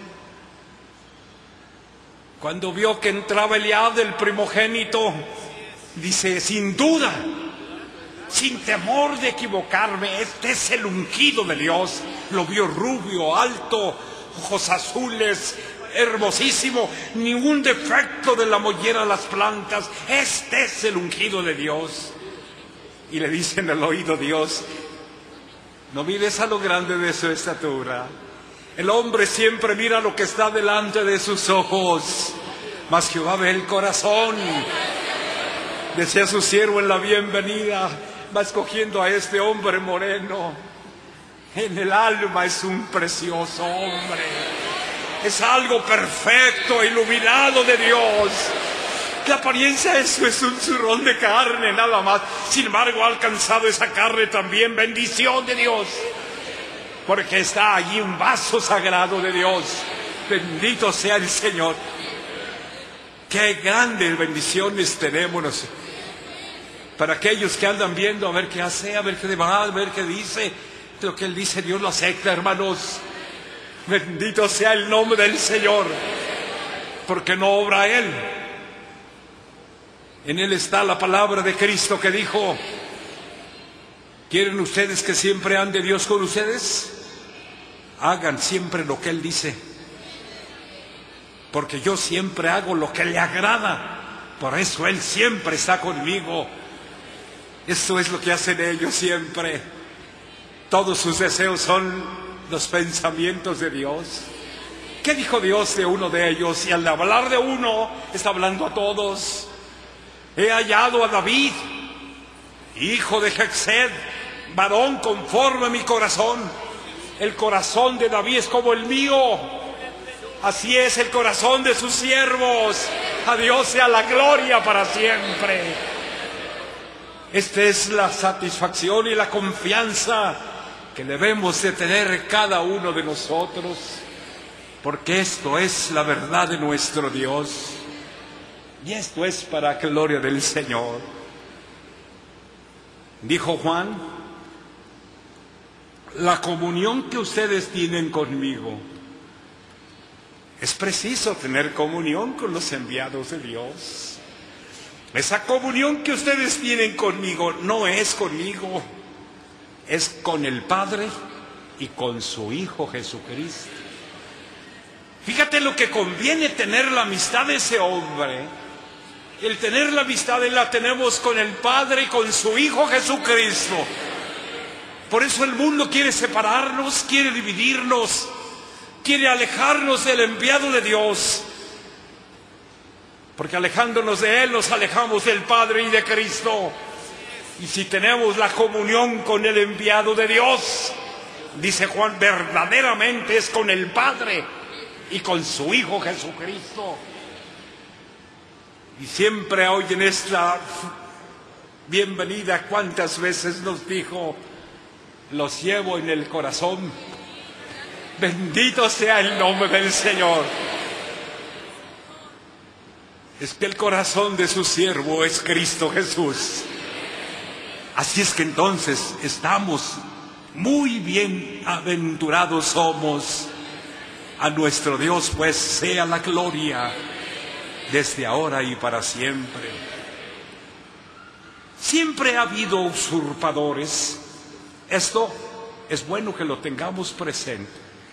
Cuando vio que entraba Eliab, el primogénito, dice: sin duda, sin temor de equivocarme, este es el ungido de Dios. Lo vio rubio, alto, ojos azules, hermosísimo, ningún defecto de la mollera a las plantas. Este es el ungido de Dios. Y le dice en el oído Dios: no mires a lo grande de su estatura. El hombre siempre mira lo que está delante de sus ojos, mas Jehová ve el corazón. Desea su siervo en la bienvenida, va escogiendo a este hombre moreno. En el alma es un precioso hombre. es algo perfecto, iluminado de Dios. La apariencia de eso es un zurrón de carne, nada más. Sin embargo, ha alcanzado esa carne también bendición de Dios, porque está allí un vaso sagrado de Dios. Bendito sea el Señor. Qué grandes bendiciones tenemos. Para aquellos que andan viendo a ver qué hace, a ver qué va, a ver qué dice, lo que Él dice, Dios lo acepta, hermanos. Bendito sea el nombre del Señor, porque no obra Él. En Él está la palabra de Cristo que dijo: ¿quieren ustedes que siempre ande Dios con ustedes? Hagan siempre lo que Él dice, porque yo siempre hago lo que le agrada. Por eso Él siempre está conmigo. Eso es lo que hacen ellos siempre. Todos sus deseos son los pensamientos de Dios. ¿Qué dijo Dios de uno de ellos? Y al hablar de uno, está hablando a todos. He hallado a David, hijo de Jexed, varón conforme a mi corazón. El corazón de David es como el mío. Así es el corazón de sus siervos. A Dios sea la gloria para siempre. Esta es la satisfacción y la confianza que debemos de tener cada uno de nosotros, porque esto es la verdad de nuestro Dios. Y esto es para gloria del Señor. Dijo Juan: la comunión que ustedes tienen conmigo. Es preciso tener comunión con los enviados de Dios. Esa comunión que ustedes tienen conmigo no es conmigo, es con el Padre y con su Hijo Jesucristo. Fíjate lo que conviene tener la amistad de ese hombre. El tener la amistad la tenemos con el Padre y con su Hijo Jesucristo. Por eso el mundo quiere separarnos, quiere dividirnos, quiere alejarnos del enviado de Dios. Porque alejándonos de Él nos alejamos del Padre y de Cristo. Y si tenemos la comunión con el enviado de Dios, dice Juan, verdaderamente es con el Padre y con su Hijo Jesucristo. Y siempre hoy en esta bienvenida, ¿cuántas veces nos dijo: los llevo en el corazón? Bendito sea el nombre del Señor. Es que el corazón de su siervo es Cristo Jesús. Así es que entonces estamos muy bienaventurados somos. A nuestro Dios pues sea la gloria desde ahora y para siempre. Siempre ha habido usurpadores. Esto es bueno que lo tengamos presente.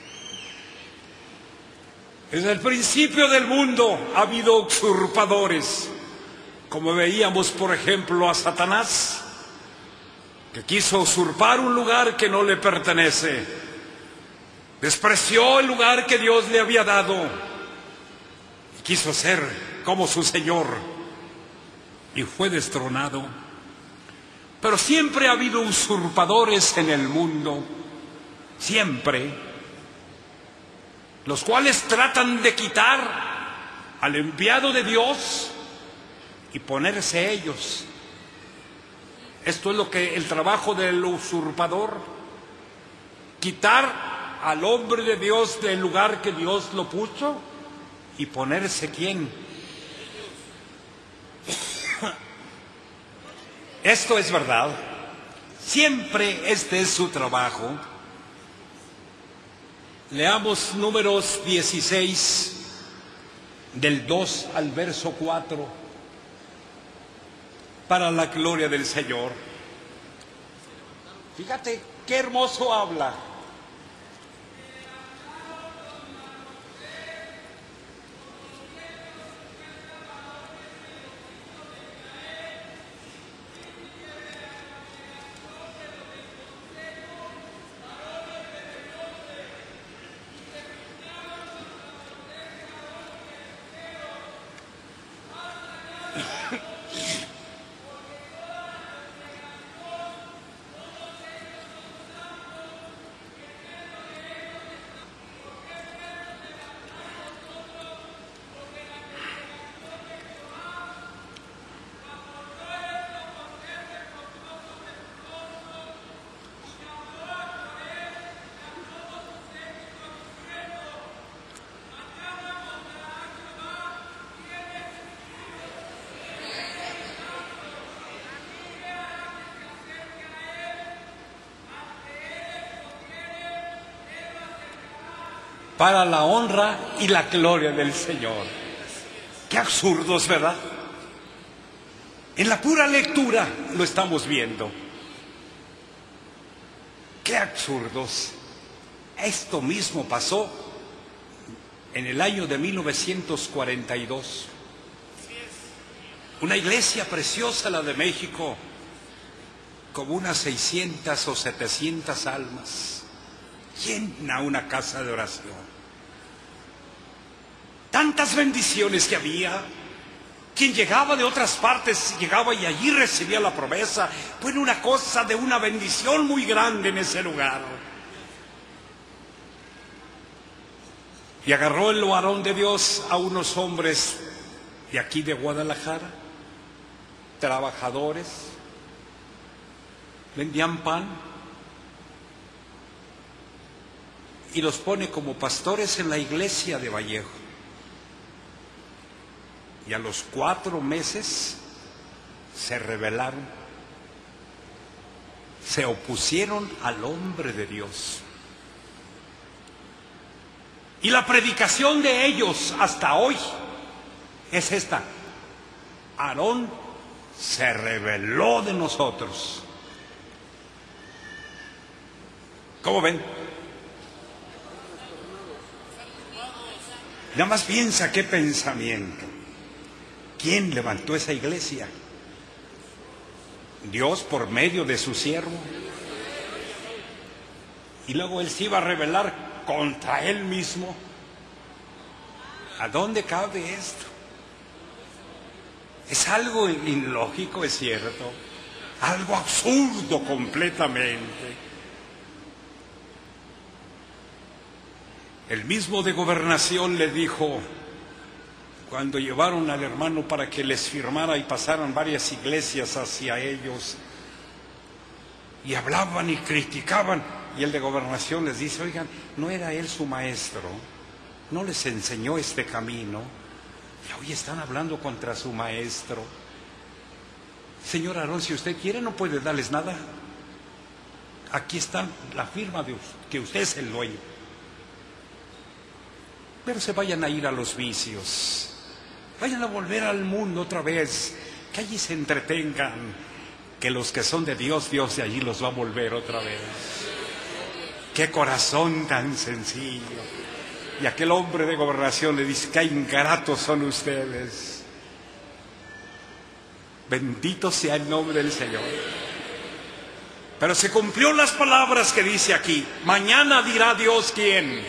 Desde el principio del mundo ha habido usurpadores, como veíamos por ejemplo a Satanás, que quiso usurpar un lugar que no le pertenece. Despreció el lugar que Dios le había dado y quiso ser como su Señor y fue destronado. Pero siempre ha habido usurpadores en el mundo, siempre, los cuales tratan de quitar al enviado de Dios y ponerse ellos. Esto es lo que el trabajo del usurpador: quitar al hombre de Dios del lugar que Dios lo puso y ponerse ¿quién? Esto es verdad. Siempre este es su trabajo. Leamos Números 16, del 2 al verso 4, para la gloria del Señor. Fíjate qué hermoso habla. para la honra y la gloria del Señor. Qué absurdos, ¿verdad? En la pura lectura lo estamos viendo. Qué absurdos. Esto mismo pasó en el año de 1942. Una iglesia preciosa, la de México, como unas 600 o 700 almas, llena una casa de oración. Tantas bendiciones que había. Quien llegaba de otras partes llegaba y allí recibía la promesa. Fue una cosa de una bendición muy grande en ese lugar. Y agarró el varón de Dios a unos hombres de aquí de Guadalajara, trabajadores, vendían pan, y los pone como pastores en la iglesia de Vallejo. Y a los 4 meses se rebelaron, se opusieron al hombre de Dios. Y la predicación de ellos hasta hoy es esta: Aarón se rebeló de nosotros. ¿Cómo ven? Nada más piensa qué pensamiento. ¿Quién levantó esa iglesia? Dios por medio de su siervo. Y luego él se iba a rebelar contra él mismo. ¿A dónde cabe esto? Es algo ilógico, es cierto. Algo absurdo completamente. El mismo de Gobernación le dijo, cuando llevaron al hermano para que les firmara y pasaran varias iglesias hacia ellos, y hablaban y criticaban, y el de Gobernación les dice, oigan, ¿no era él su maestro? ¿No les enseñó este camino? Y hoy están hablando contra su maestro. Señor Aarón, si usted quiere no puede darles nada. Aquí está la firma de que usted es el dueño. Pero se vayan a ir a los vicios. Vayan a volver al mundo otra vez, que allí se entretengan, que los que son de Dios, Dios de allí los va a volver otra vez. Qué corazón tan sencillo. Y aquel hombre de Gobernación le dice, qué ingratos son ustedes. Bendito sea el nombre del Señor. Pero se cumplió las palabras que dice aquí, mañana dirá Dios quién.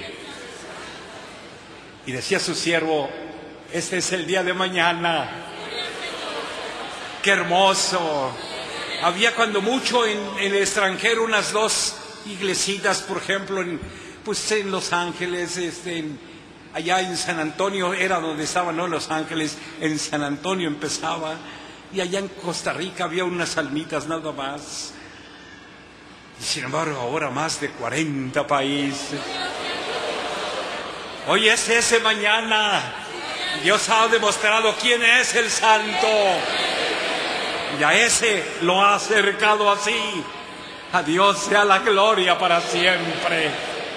Y decía su siervo, este es el día de mañana. Qué hermoso. Había cuando mucho en el extranjero unas 2 iglesitas, por ejemplo, en Los Ángeles, allá en San Antonio era donde estaban, no en Los Ángeles, en San Antonio empezaba, y allá en Costa Rica había unas almitas nada más. Y sin embargo ahora más de 40 países. Hoy es ese mañana. Dios ha demostrado quién es el santo. Y a ese lo ha acercado así. A Dios sea la gloria para siempre.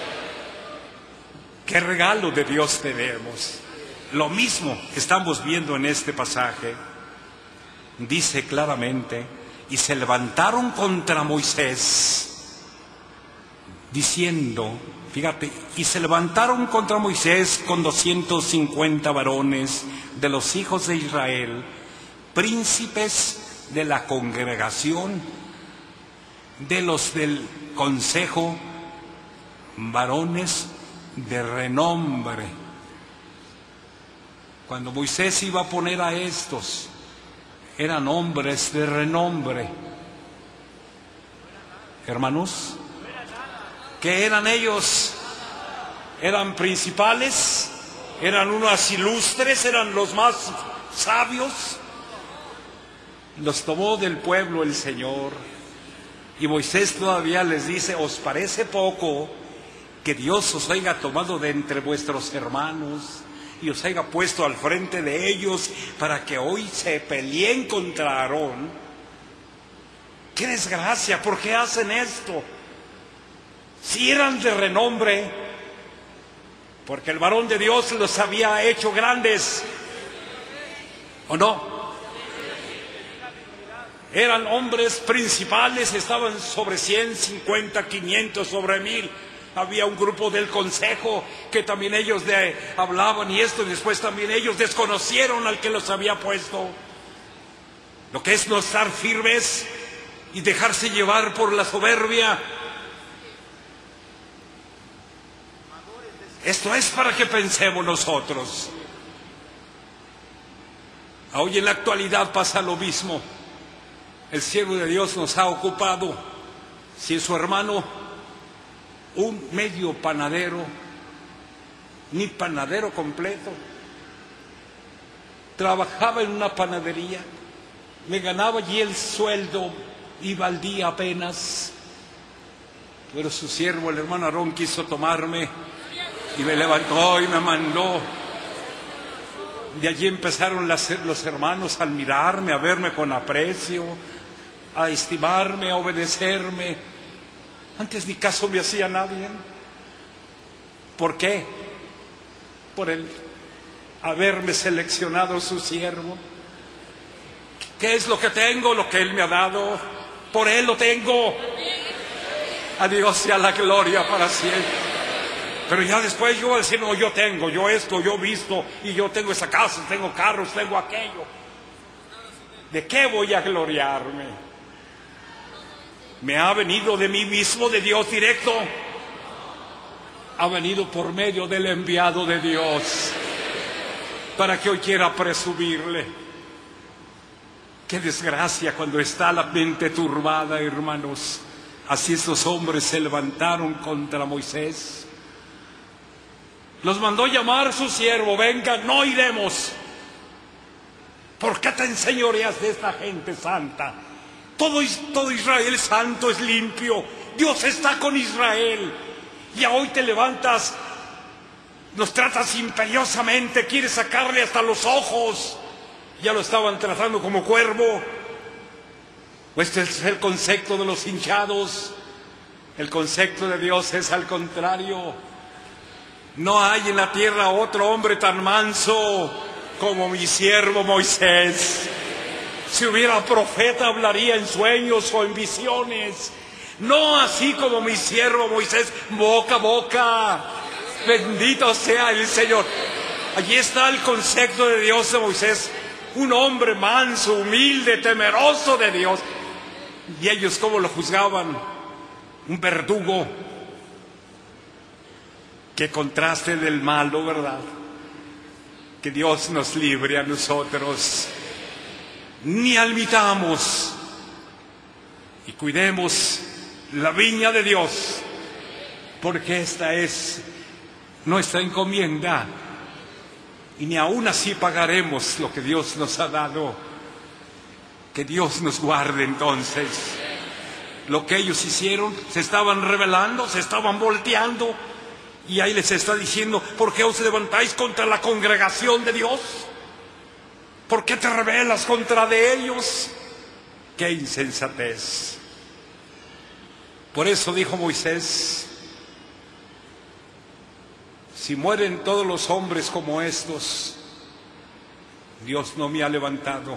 Qué regalo de Dios tenemos. Lo mismo que estamos viendo en este pasaje. Dice claramente, y se levantaron contra Moisés, diciendo, fíjate, y se levantaron contra Moisés con 250 varones de los hijos de Israel, príncipes de la congregación, de los del consejo, varones de renombre. Cuando Moisés iba a poner a estos, eran hombres de renombre. Hermanos, ¿qué eran ellos? ¿Eran principales? ¿Eran unos ilustres? ¿Eran los más sabios? Los tomó del pueblo el Señor. Y Moisés todavía les dice, ¿os parece poco que Dios os haya tomado de entre vuestros hermanos y os haya puesto al frente de ellos para que hoy se peleen contra Aarón? ¡Qué desgracia! ¿Por qué hacen esto? Si eran de renombre, Porque el varón de Dios los había hecho grandes, ¿o no? Eran hombres principales, estaban sobre 100, 50, 500, sobre 1000. Había un grupo del consejo que también ellos hablaban y esto, y después también ellos desconocieron al que los había puesto. Lo que es no estar firmes y dejarse llevar por la soberbia. Esto es para que pensemos nosotros. Hoy en la actualidad pasa lo mismo. El siervo de Dios nos ha ocupado. Si su hermano, un medio panadero, ni panadero completo, trabajaba en una panadería, me ganaba allí el sueldo, iba al día apenas, pero su siervo, el hermano Aarón, quiso tomarme y me levantó y me mandó. De allí empezaron los hermanos a admirarme, a verme con aprecio, a estimarme, a obedecerme. Antes ni caso me hacía nadie. ¿Por qué? Por el haberme seleccionado su siervo. ¿Qué es lo que tengo? Lo que Él me ha dado. Por Él lo tengo. A Dios sea la gloria para siempre. Pero ya después yo voy a decir, no, yo tengo, yo esto, yo visto, y yo tengo esa casa, tengo carros, tengo aquello. ¿De qué voy a gloriarme? ¿Me ha venido de mí mismo, de Dios directo? Ha venido por medio del enviado de Dios, para que hoy quiera presumirle. Qué desgracia cuando está la mente turbada, hermanos. Así estos hombres se levantaron contra Moisés. Los mandó llamar su siervo, venga, no iremos. ¿Por qué te enseñoreas de esta gente santa? Todo Israel santo es limpio. Dios está con Israel. Y hoy te levantas, los tratas imperiosamente, quieres sacarle hasta los ojos. Ya lo estaban tratando como cuervo. Este es el concepto de los hinchados. El concepto de Dios es al contrario. No hay en la tierra otro hombre tan manso como mi siervo Moisés. Si hubiera profeta, hablaría en sueños o en visiones. No así como mi siervo Moisés, boca a boca. Bendito sea el Señor. Allí está el concepto de Dios de Moisés. Un hombre manso, humilde, temeroso de Dios. Y ellos, ¿cómo lo juzgaban? Un verdugo. Qué contraste del malo, ¿verdad? Que Dios nos libre a nosotros. Ni admitamos y cuidemos la viña de Dios, porque esta es nuestra encomienda. Y ni aún así pagaremos lo que Dios nos ha dado. Que Dios nos guarde entonces. Lo que ellos hicieron, se estaban rebelando, se estaban volteando. Y ahí les está diciendo, ¿por qué os levantáis contra la congregación de Dios? ¿Por qué te rebelas contra de ellos? ¡Qué insensatez! Por eso dijo Moisés, si mueren todos los hombres como estos, Dios no me ha levantado.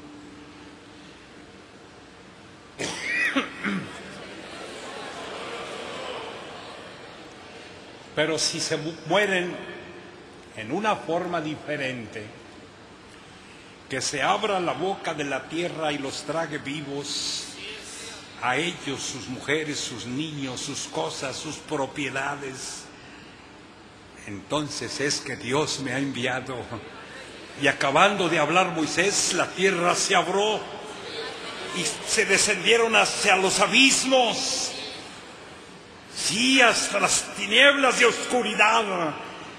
Pero si se mueren en una forma diferente, que se abra la boca de la tierra y los trague vivos, a ellos, sus mujeres, sus niños, sus cosas, sus propiedades, entonces es que Dios me ha enviado. Y acabando de hablar Moisés, la tierra se abrió y se descendieron hacia los abismos. Sí, hasta las tinieblas de oscuridad.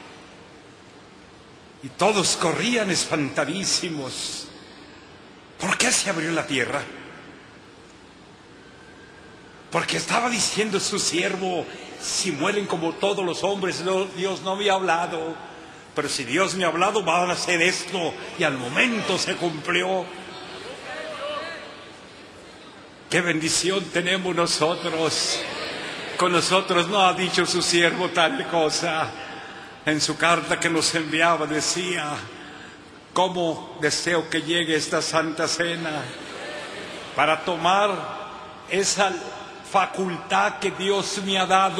Y todos corrían espantadísimos. ¿Por qué se abrió la tierra? Porque estaba diciendo su siervo, si mueren como todos los hombres, Dios no me ha hablado. Pero si Dios me ha hablado, van a hacer esto. Y al momento se cumplió. ¡Qué bendición tenemos nosotros! Con nosotros no ha dicho su siervo tal cosa. en su carta que nos enviaba decía: cómo deseo que llegue esta Santa Cena para tomar esa facultad que Dios me ha dado.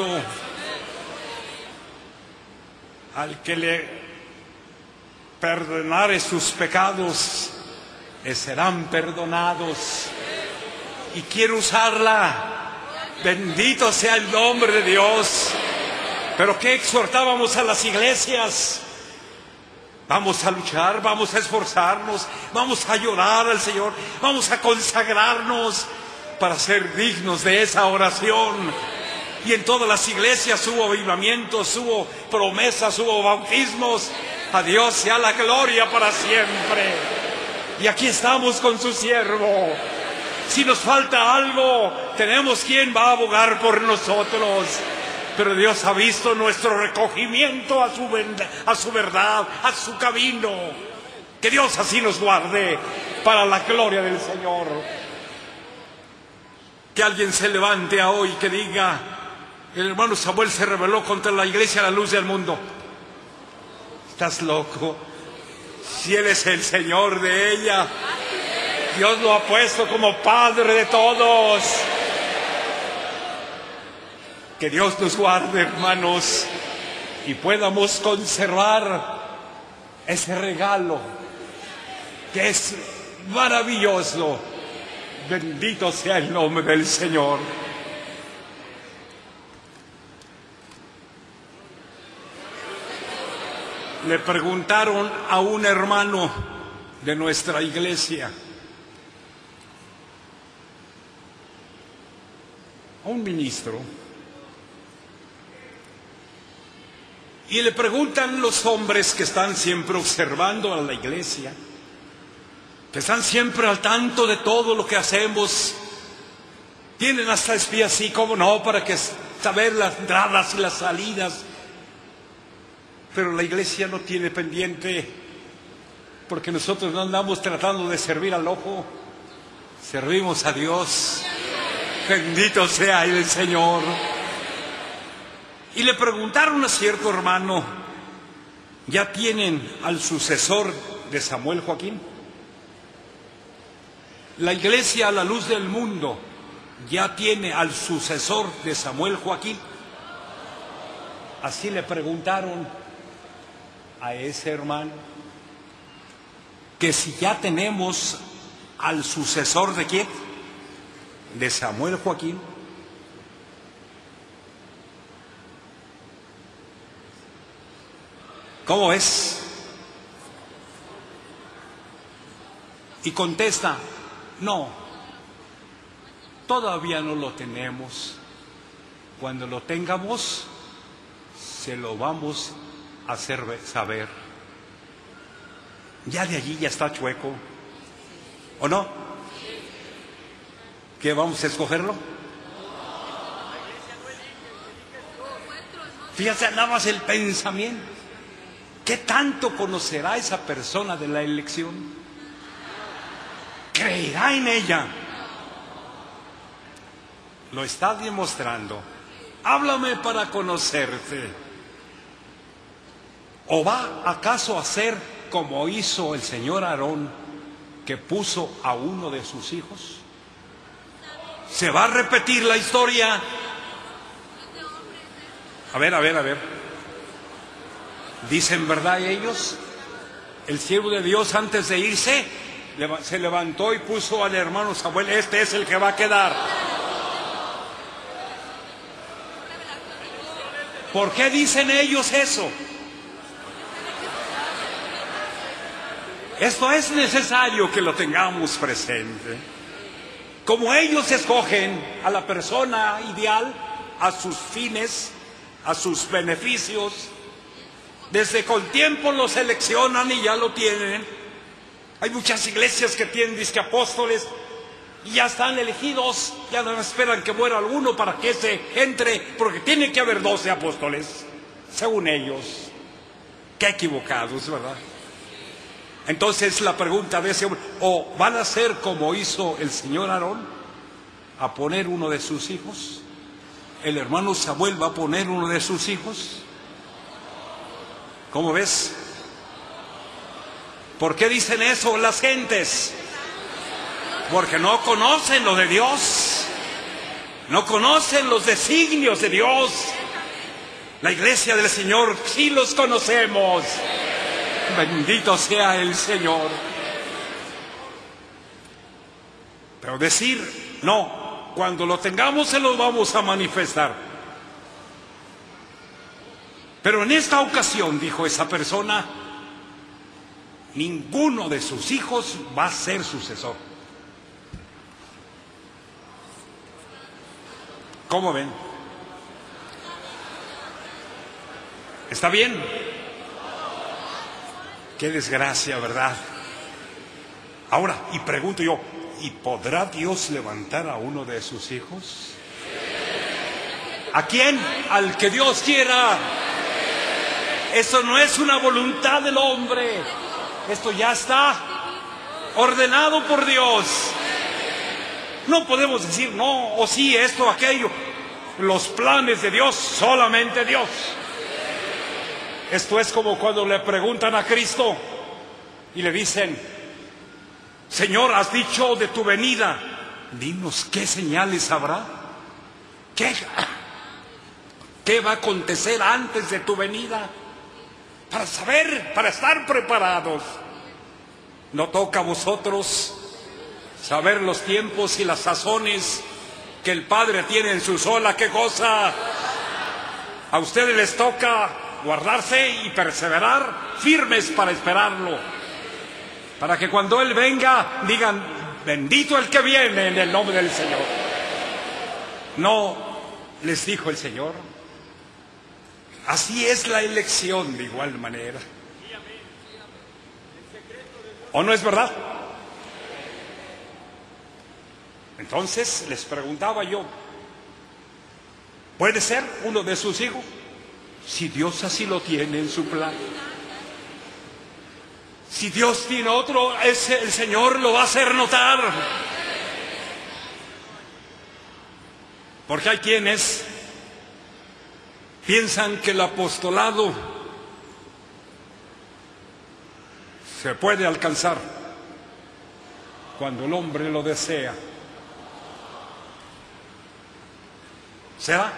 Al que le perdonare sus pecados, le serán perdonados. Y quiero usarla. Bendito sea el nombre de Dios. Pero ¿qué exhortábamos a las iglesias? Vamos a luchar, vamos a esforzarnos, vamos a llorar al Señor, vamos a consagrarnos para ser dignos de esa oración. Y en todas las iglesias hubo avivamientos, hubo promesas, hubo bautismos. A Dios sea la gloria para siempre. Y aquí estamos con su siervo. Si nos falta algo, tenemos quien va a abogar por nosotros. Pero Dios ha visto nuestro recogimiento a su verdad, a su camino. Que Dios así nos guarde para la gloria del Señor. Que alguien se levante hoy y que diga: el hermano Samuel se rebeló contra la iglesia, la luz del mundo. ¿Estás loco? Si Él es el Señor de ella, Dios lo ha puesto como Padre de todos. Que Dios nos guarde, hermanos, y podamos conservar ese regalo que es maravilloso. Bendito sea el nombre del Señor. Le preguntaron a un hermano de nuestra iglesia, a un ministro, y le preguntan los hombres que están siempre observando a la iglesia, que están siempre al tanto de todo lo que hacemos, tienen hasta espías, sí, cómo no, para que saber las entradas y las salidas. Pero la iglesia no tiene pendiente, porque nosotros no andamos tratando de servir al ojo, servimos a Dios. Bendito sea el Señor. Y le preguntaron a cierto hermano: ¿ya tienen al sucesor de Samuel Joaquín? La iglesia a la luz del mundo ya tiene al sucesor de Samuel Joaquín. Así le preguntaron a ese hermano, que si ya tenemos al sucesor de quién, de Samuel Joaquín. ¿Cómo es? Y contesta: no, todavía no lo tenemos. Cuando lo tengamos, se lo vamos a hacer saber. Ya de allí ya está chueco, ¿o no? ¿Qué, vamos a escogerlo? Fíjate nada más el pensamiento. ¿Qué tanto conocerá esa persona de la elección? ¿Creerá en ella? Lo está demostrando. Háblame para conocerte. ¿O va acaso a ser como hizo el señor Aarón, que puso a uno de sus hijos? ¿Se va a repetir la historia? A ver. Dicen verdad ellos. El siervo de Dios, antes de irse, se levantó y puso al hermano Samuel: este es el que va a quedar. ¿Por qué dicen ellos eso? Esto es necesario que lo tengamos presente. Como ellos escogen a la persona ideal, a sus fines, a sus beneficios, desde con tiempo lo seleccionan y ya lo tienen. Hay muchas iglesias que tienen disque apóstoles y ya están elegidos, ya no esperan que muera alguno para que se entre, porque tiene que haber 12 apóstoles, según ellos. Qué equivocados, ¿verdad? Entonces la pregunta de ese hombre: ¿o van a ser como hizo el señor Aarón, a poner uno de sus hijos? ¿El hermano Samuel va a poner uno de sus hijos? ¿Cómo ves? ¿Por qué dicen eso las gentes? Porque no conocen lo de Dios. No conocen los designios de Dios. La iglesia del Señor sí los conocemos. Bendito sea el Señor. Pero decir, no, cuando lo tengamos se lo vamos a manifestar. Pero en esta ocasión, dijo esa persona, ninguno de sus hijos va a ser sucesor. ¿Cómo ven? ¿Está bien? Qué desgracia, ¿verdad? Ahora, y pregunto yo, ¿y podrá Dios levantar a uno de sus hijos? ¿A quién? Al que Dios quiera. Eso no es una voluntad del hombre. Esto ya está ordenado por Dios. No podemos decir no, o sí, esto o aquello. Los planes de Dios, solamente Dios. Esto es como cuando le preguntan a Cristo y le dicen, Señor, has dicho de tu venida, dinos qué señales habrá. ¿Qué va a acontecer antes de tu venida? Para saber, para estar preparados. No toca a vosotros saber los tiempos y las sazones que el Padre tiene en su sola. ¿Qué cosa? A ustedes les toca guardarse y perseverar firmes para esperarlo, para que cuando Él venga digan, bendito el que viene en el nombre del Señor. No les dijo el Señor. Así es la elección de igual manera. ¿O no es verdad? Entonces les preguntaba yo, ¿puede ser uno de sus hijos? Si Dios así lo tiene en su plan. Si Dios tiene otro, el Señor lo va a hacer notar. Porque hay quienes piensan que el apostolado se puede alcanzar cuando el hombre lo desea. ¿Será?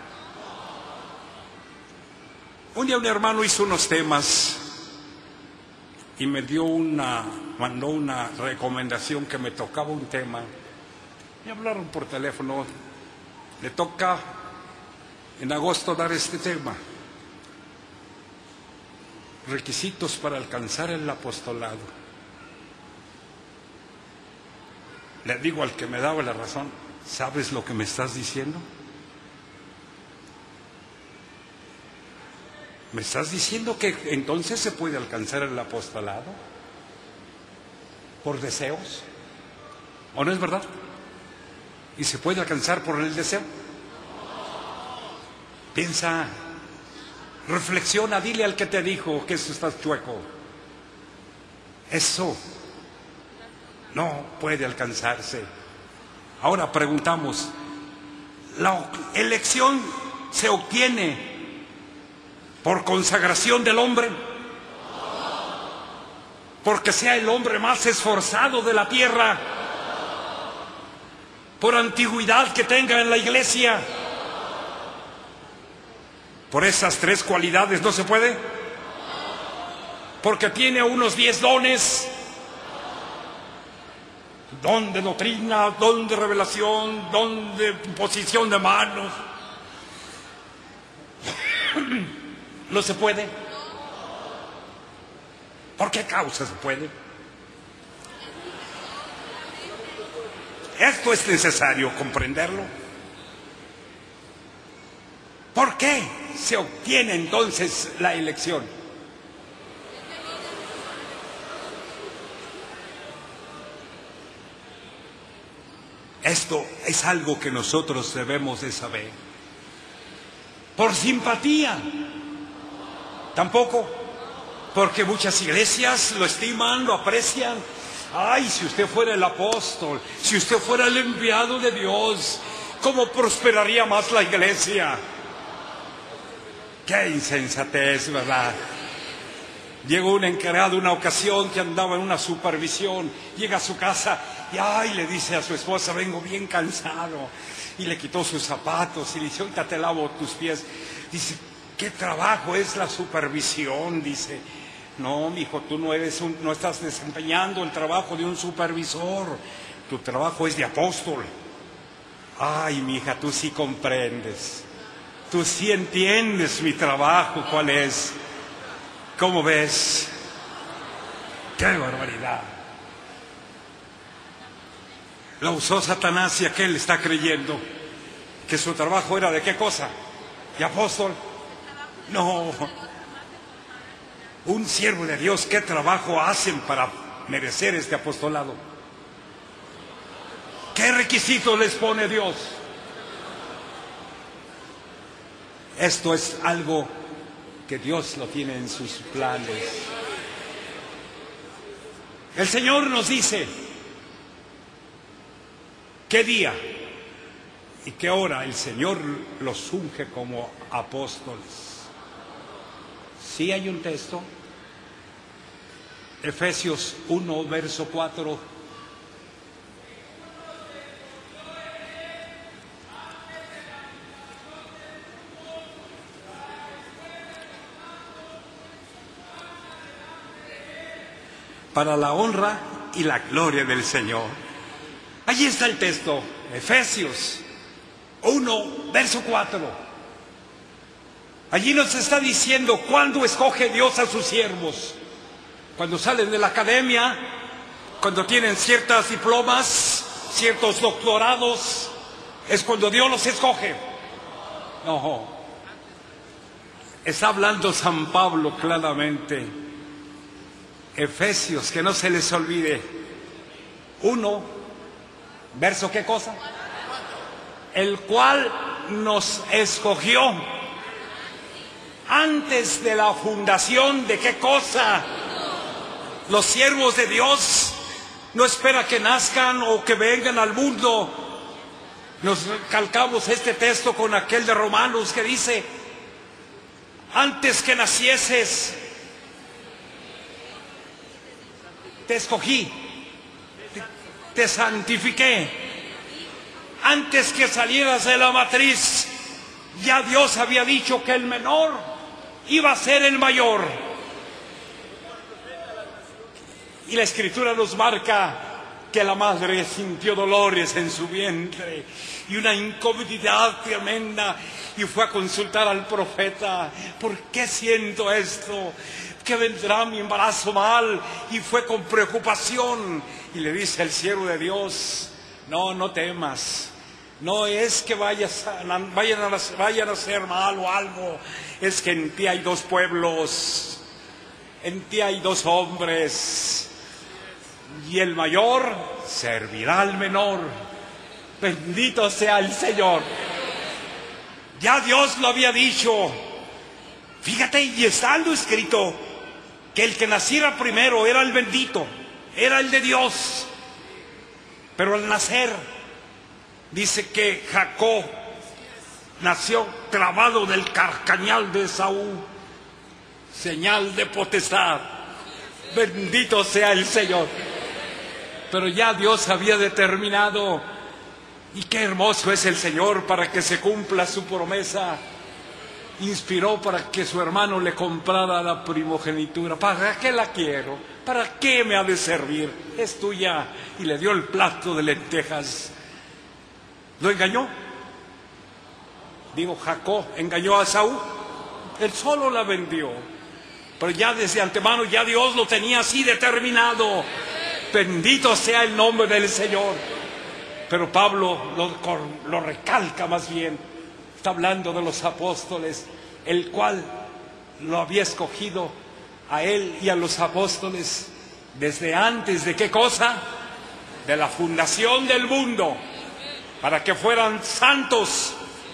Un día un hermano hizo unos temas y me mandó una recomendación que me tocaba un tema. Me hablaron por teléfono, le toca en agosto dar este tema. Requisitos para alcanzar el apostolado. Le digo al que me daba la razón, ¿sabes lo que me estás diciendo? ¿Me estás diciendo que entonces se puede alcanzar el apostolado por deseos? ¿O no es verdad? ¿Y se puede alcanzar por el deseo? Piensa, reflexiona, dile al que te dijo que eso estás chueco. Eso no puede alcanzarse. Ahora preguntamos, ¿la elección se obtiene por consagración del hombre? Porque sea el hombre más esforzado de la tierra, por antigüedad que tenga en la iglesia, por esas tres cualidades no se puede. Porque tiene unos 10 dones: don de doctrina, don de revelación, don de imposición de manos. ¿No se puede? ¿Por qué causa se puede? Esto es necesario comprenderlo. ¿Por qué se obtiene entonces la elección? Esto es algo que nosotros debemos de saber. ¿Por simpatía? Tampoco, porque muchas iglesias lo estiman, lo aprecian. Ay, si usted fuera el apóstol, si usted fuera el enviado de Dios, ¿cómo prosperaría más la iglesia? Qué insensatez, ¿verdad? Llegó un encargado una ocasión que andaba en una supervisión, llega a su casa y le dice a su esposa, vengo bien cansado. Y le quitó sus zapatos y le dice, ahorita te lavo tus pies. Dice, ¿qué trabajo es la supervisión? Dice, no, mijo, tú no estás desempeñando el trabajo de un supervisor, tu trabajo es de apóstol. Ay, mija, tú sí comprendes, tú sí entiendes mi trabajo, ¿cuál es? ¿Cómo ves? ¡Qué barbaridad! La usó Satanás y aquel está creyendo que su trabajo era ¿de qué cosa? ¿De apóstol? No. Un siervo de Dios, ¿qué trabajo hacen para merecer este apostolado? ¿Qué requisitos les pone Dios? Esto es algo que Dios lo tiene en sus planes. El Señor nos dice qué día y qué hora el Señor los unge como apóstoles. Sí hay un texto, Efesios 1, verso 4. Para la honra y la gloria del Señor. Allí está el texto, Efesios 1, verso 4. Allí nos está diciendo cuándo escoge Dios a sus siervos. Cuando salen de la academia, cuando tienen ciertos diplomas, ciertos doctorados, es cuando Dios los escoge. No, está hablando San Pablo claramente. Efesios, que no se les olvide. 1, verso ¿qué cosa? El cual nos escogió antes de la fundación de ¿qué cosa? Los siervos de Dios no espera que nazcan o que vengan al mundo. Nos calcamos este texto con aquel de Romanos que dice, antes que nacieses te escogí, te santifiqué. Antes que salieras de la matriz, ya Dios había dicho que el menor iba a ser el mayor. Y la Escritura nos marca que la madre sintió dolores en su vientre y una incomodidad tremenda y fue a consultar al profeta. ¿Por qué siento esto? ¿Que vendrá mi embarazo mal? Y fue con preocupación y le dice el siervo de Dios, no temas, no es que vayan a ser mal o algo, es que en ti hay dos pueblos, en ti hay dos hombres, y el mayor servirá al menor. Bendito sea el Señor. Ya Dios lo había dicho. Fíjate, y estando escrito que el que naciera primero era el bendito, era el de Dios. Pero al nacer, dice que Jacob nació trabado del carcañal de Esaú, señal de potestad. Bendito sea el Señor. Pero ya Dios había determinado, y qué hermoso es el Señor para que se cumpla su promesa. Inspiró para que su hermano le comprara la primogenitura. ¿Para qué la quiero? ¿Para qué me ha de servir? Es tuya. Y le dio el plato de lentejas. ¿Lo engañó? Digo, Jacob engañó a Esaú. Él solo la vendió. Pero ya desde antemano ya Dios lo tenía así determinado. Bendito sea el nombre del Señor. Pero Pablo lo recalca más bien. Está hablando de los apóstoles, el cual lo había escogido a él y a los apóstoles desde antes de ¿qué cosa? De la fundación del mundo, para que fueran santos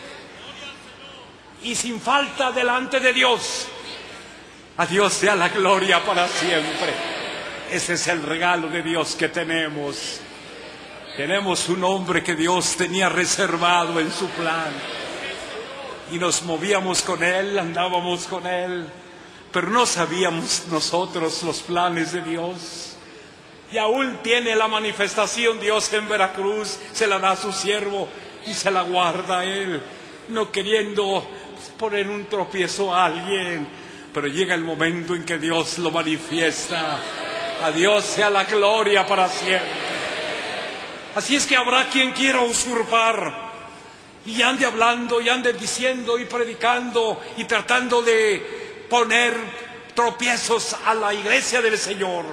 y sin falta delante de Dios. A Dios sea la gloria para siempre. Ese es el regalo de Dios que tenemos. Tenemos un hombre que Dios tenía reservado en su plan. Y nos movíamos con Él, andábamos con Él. pero no sabíamos nosotros los planes de Dios. Y aún tiene la manifestación Dios en Veracruz, se la da a su siervo y se la guarda a él, no queriendo poner un tropiezo a alguien, pero llega el momento en que Dios lo manifiesta. A Dios sea la gloria para siempre. Así es que habrá quien quiera usurpar y ande hablando y ande diciendo y predicando y tratando de poner tropiezos a la iglesia del Señor.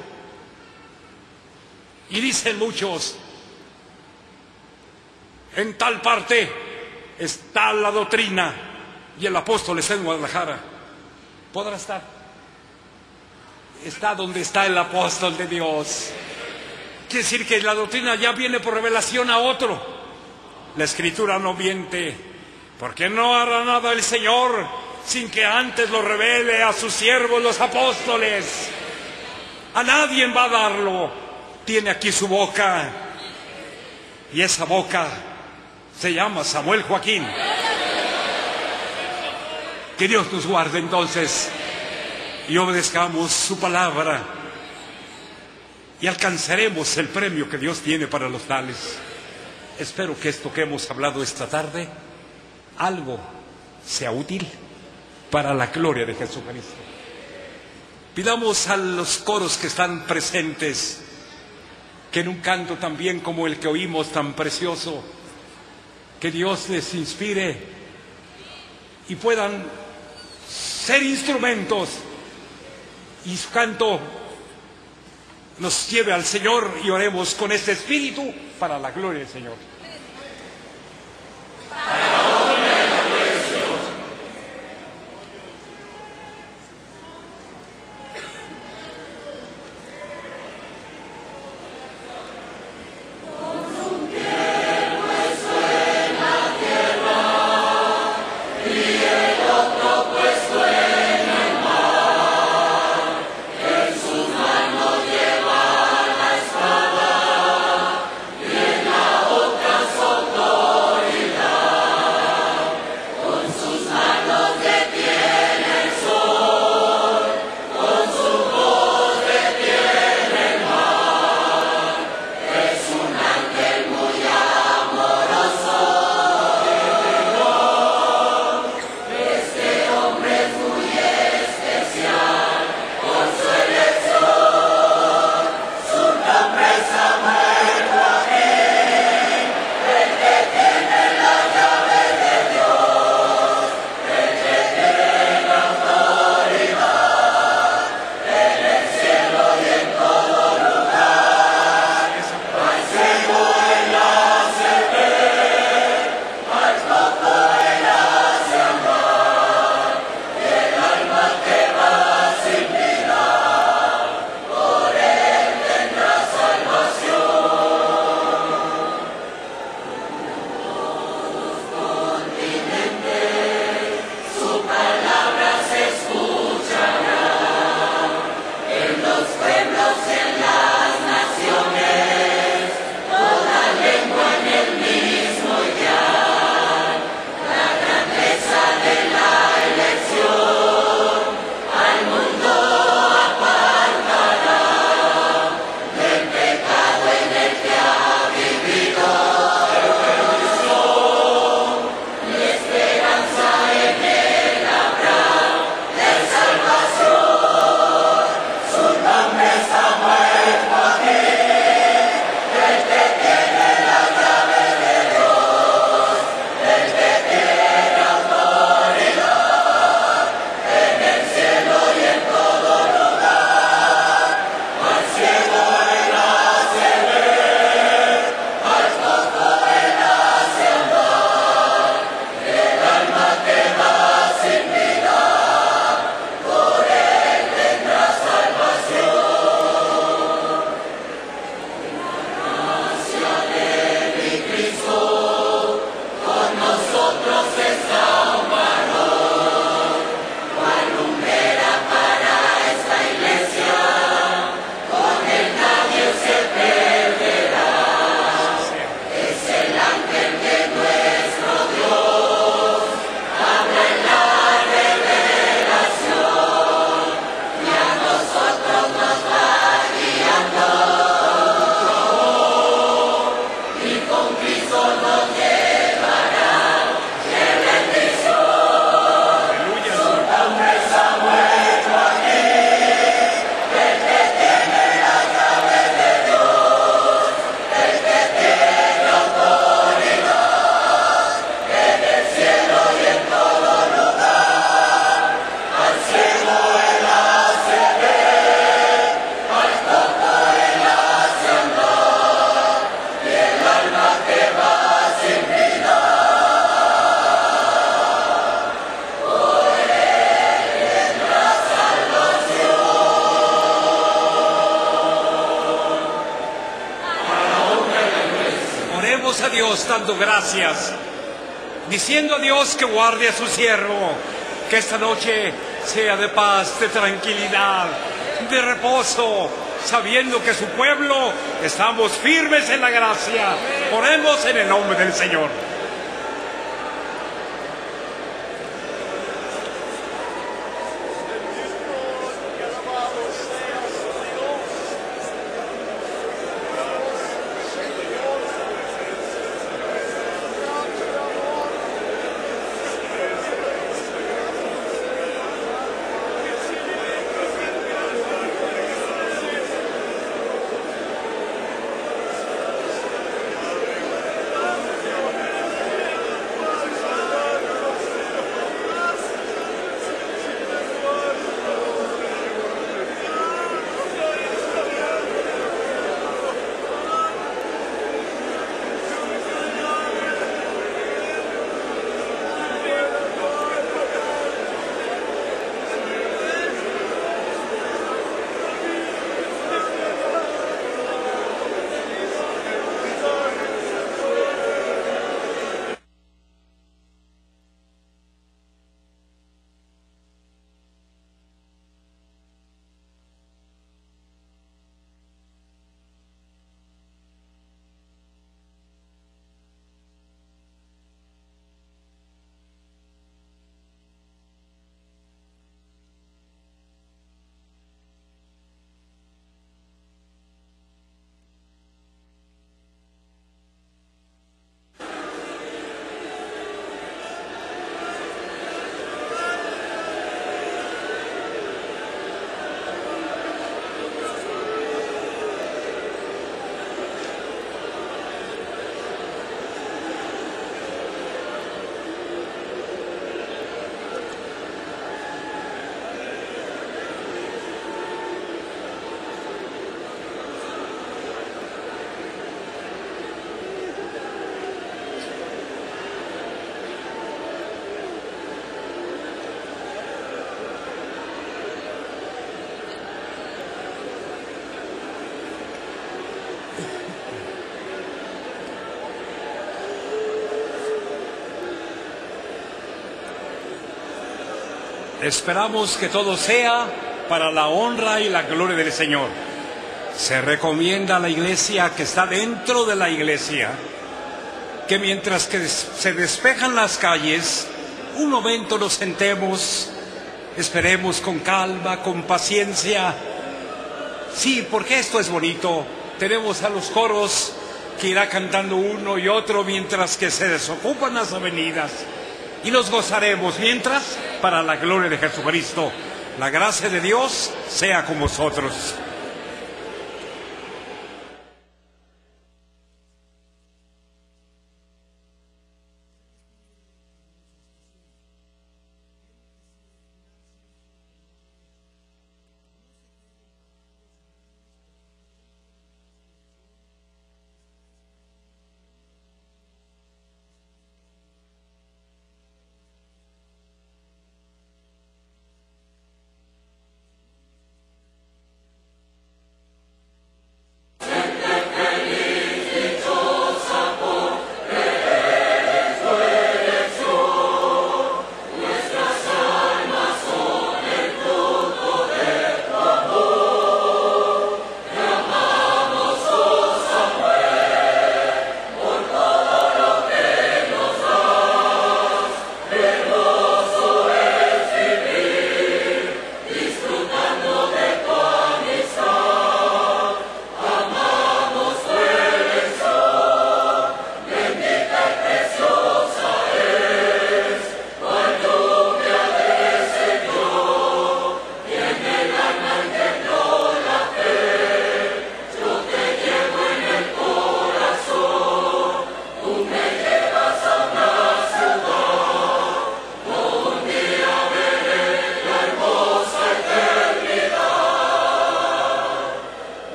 Y dicen muchos, en tal parte está la doctrina y el apóstol está en Guadalajara. ¿Podrá estar? Está donde está el apóstol de Dios. Quiere decir que la doctrina ya viene por revelación a otro. La Escritura no miente, porque no hará nada el Señor sin que antes lo revele a sus siervos los apóstoles. A nadie va a darlo. Tiene aquí su boca, y esa boca se llama Samuel Joaquín. Que Dios nos guarde entonces y obedezcamos su palabra y alcanzaremos el premio que Dios tiene para los tales. Espero que esto que hemos hablado esta tarde algo sea útil para la gloria de Jesucristo. Pidamos a los coros que están presentes que en un canto también como el que oímos tan precioso, que Dios les inspire y puedan ser instrumentos y su canto nos lleve al Señor, y oremos con este espíritu para la gloria del Señor. Dios dando gracias, diciendo a Dios que guarde a su siervo, que esta noche sea de paz, de tranquilidad, de reposo, sabiendo que su pueblo estamos firmes en la gracia. Oremos en el nombre del Señor. Esperamos que todo sea para la honra y la gloria del Señor. Se recomienda a la iglesia que está dentro de la iglesia que mientras que se despejan las calles, un momento nos sentemos, esperemos con calma, con paciencia. Sí, porque esto es bonito. Tenemos a los coros que irá cantando uno y otro mientras que se desocupan las avenidas. Y nos gozaremos mientras, para la gloria de Jesucristo. La gracia de Dios sea con vosotros.